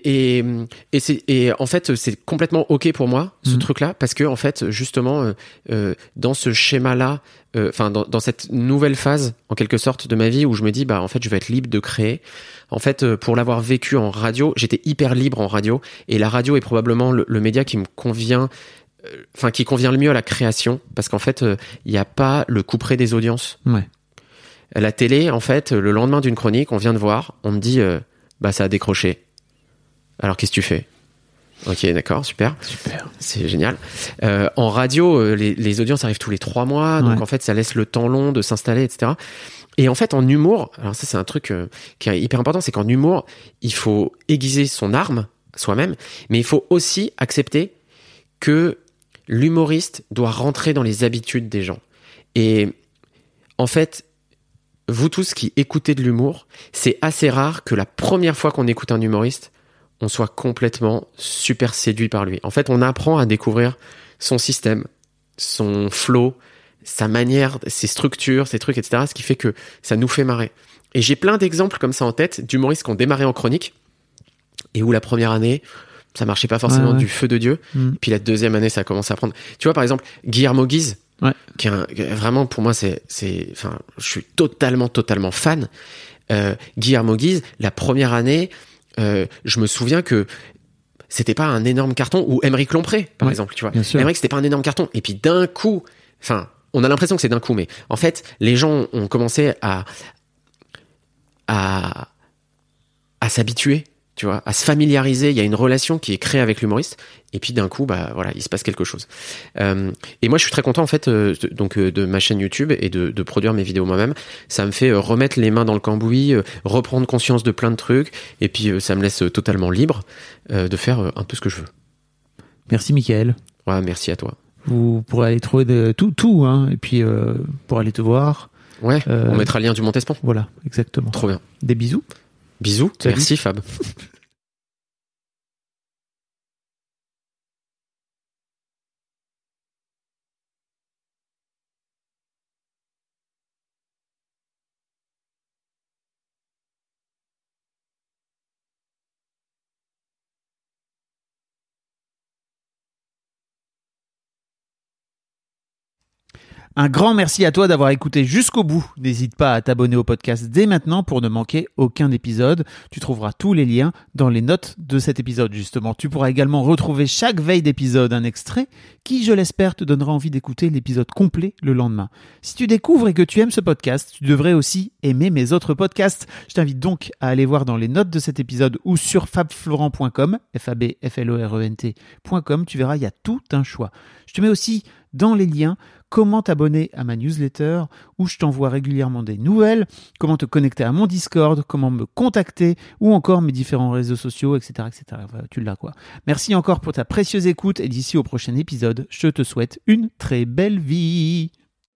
en fait, c'est complètement ok pour moi, ce truc-là, parce que, en fait, justement, dans ce schéma-là, dans cette nouvelle phase, en quelque sorte, de ma vie où je me dis, en fait, je vais être libre de créer. En fait, pour l'avoir vécu en radio, j'étais hyper libre en radio et la radio est probablement le média qui me convient, qui convient le mieux à la création parce qu'en fait, il n'y a pas le couperet des audiences. Ouais. La télé, en fait, le lendemain d'une chronique, on vient de voir, on me dit, ça a décroché. Alors, qu'est-ce que tu fais ? Ok, d'accord, super. C'est génial. En radio, les audiences arrivent tous les 3 mois, donc en fait, ça laisse le temps long de s'installer, etc. Et en fait, en humour, alors ça, c'est un truc qui est hyper important, c'est qu'en humour, il faut aiguiser son arme, soi-même, mais il faut aussi accepter que l'humoriste doit rentrer dans les habitudes des gens. Et en fait, vous tous qui écoutez de l'humour, c'est assez rare que la première fois qu'on écoute un humoriste, on soit complètement super séduit par lui. En fait, on apprend à découvrir son système, son flow, sa manière, ses structures, ses trucs, etc. Ce qui fait que ça nous fait marrer. Et j'ai plein d'exemples comme ça en tête d'humoristes qui ont démarré en chronique et où la première année, ça marchait pas forcément du feu de Dieu. Puis la deuxième année, ça a commencé à prendre. Tu vois, par exemple, Guillermo Guise, qui est vraiment, pour moi, je suis totalement fan. Guillermo Guise, la première année, je me souviens que c'était pas un énorme carton, ou Aymeric Lompré, par exemple, tu vois. Aymeric, c'était pas un énorme carton. Et puis d'un coup, on a l'impression que c'est d'un coup, mais en fait, les gens ont commencé à s'habituer tu vois, à se familiariser. Il y a une relation qui est créée avec l'humoriste, et puis d'un coup, il se passe quelque chose. Et moi, je suis très content en fait, de ma chaîne YouTube et de produire mes vidéos moi-même. Ça me fait remettre les mains dans le cambouis, reprendre conscience de plein de trucs, et puis ça me laisse totalement libre de faire un peu ce que je veux. Merci Mickaël. Ouais, merci à toi. Vous pourrez aller trouver tout, hein, et puis pour aller te voir. Ouais, on mettra le lien du Montespan. Voilà, exactement. Trop bien. Des bisous. Bisous. Salut. Merci Fab. Un grand merci à toi d'avoir écouté jusqu'au bout. N'hésite pas à t'abonner au podcast dès maintenant pour ne manquer aucun épisode. Tu trouveras tous les liens dans les notes de cet épisode justement. Tu pourras également retrouver chaque veille d'épisode un extrait qui, je l'espère, te donnera envie d'écouter l'épisode complet le lendemain. Si tu découvres et que tu aimes ce podcast, tu devrais aussi aimer mes autres podcasts. Je t'invite donc à aller voir dans les notes de cet épisode ou sur fabflorent.com, fabflorent.com. Tu verras, il y a tout un choix. Je te mets aussi dans les liens comment t'abonner à ma newsletter où je t'envoie régulièrement des nouvelles, comment te connecter à mon Discord, comment me contacter ou encore mes différents réseaux sociaux, etc. Voilà, tu l'as quoi. Merci encore pour ta précieuse écoute et d'ici au prochain épisode, je te souhaite une très belle vie.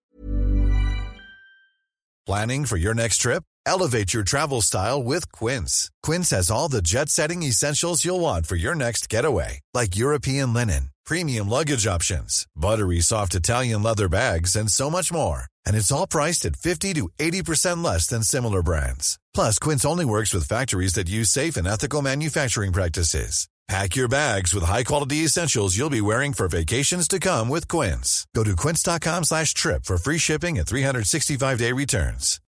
Planning for your next trip? Elevate your travel style with Quince. Quince has all the jet-setting essentials you'll want for your next getaway, like European linen, premium luggage options, buttery soft Italian leather bags, and so much more. And it's all priced at 50 to 80% less than similar brands. Plus, Quince only works with factories that use safe and ethical manufacturing practices. Pack your bags with high-quality essentials you'll be wearing for vacations to come with Quince. Go to quince.com/trip for free shipping and 365-day returns.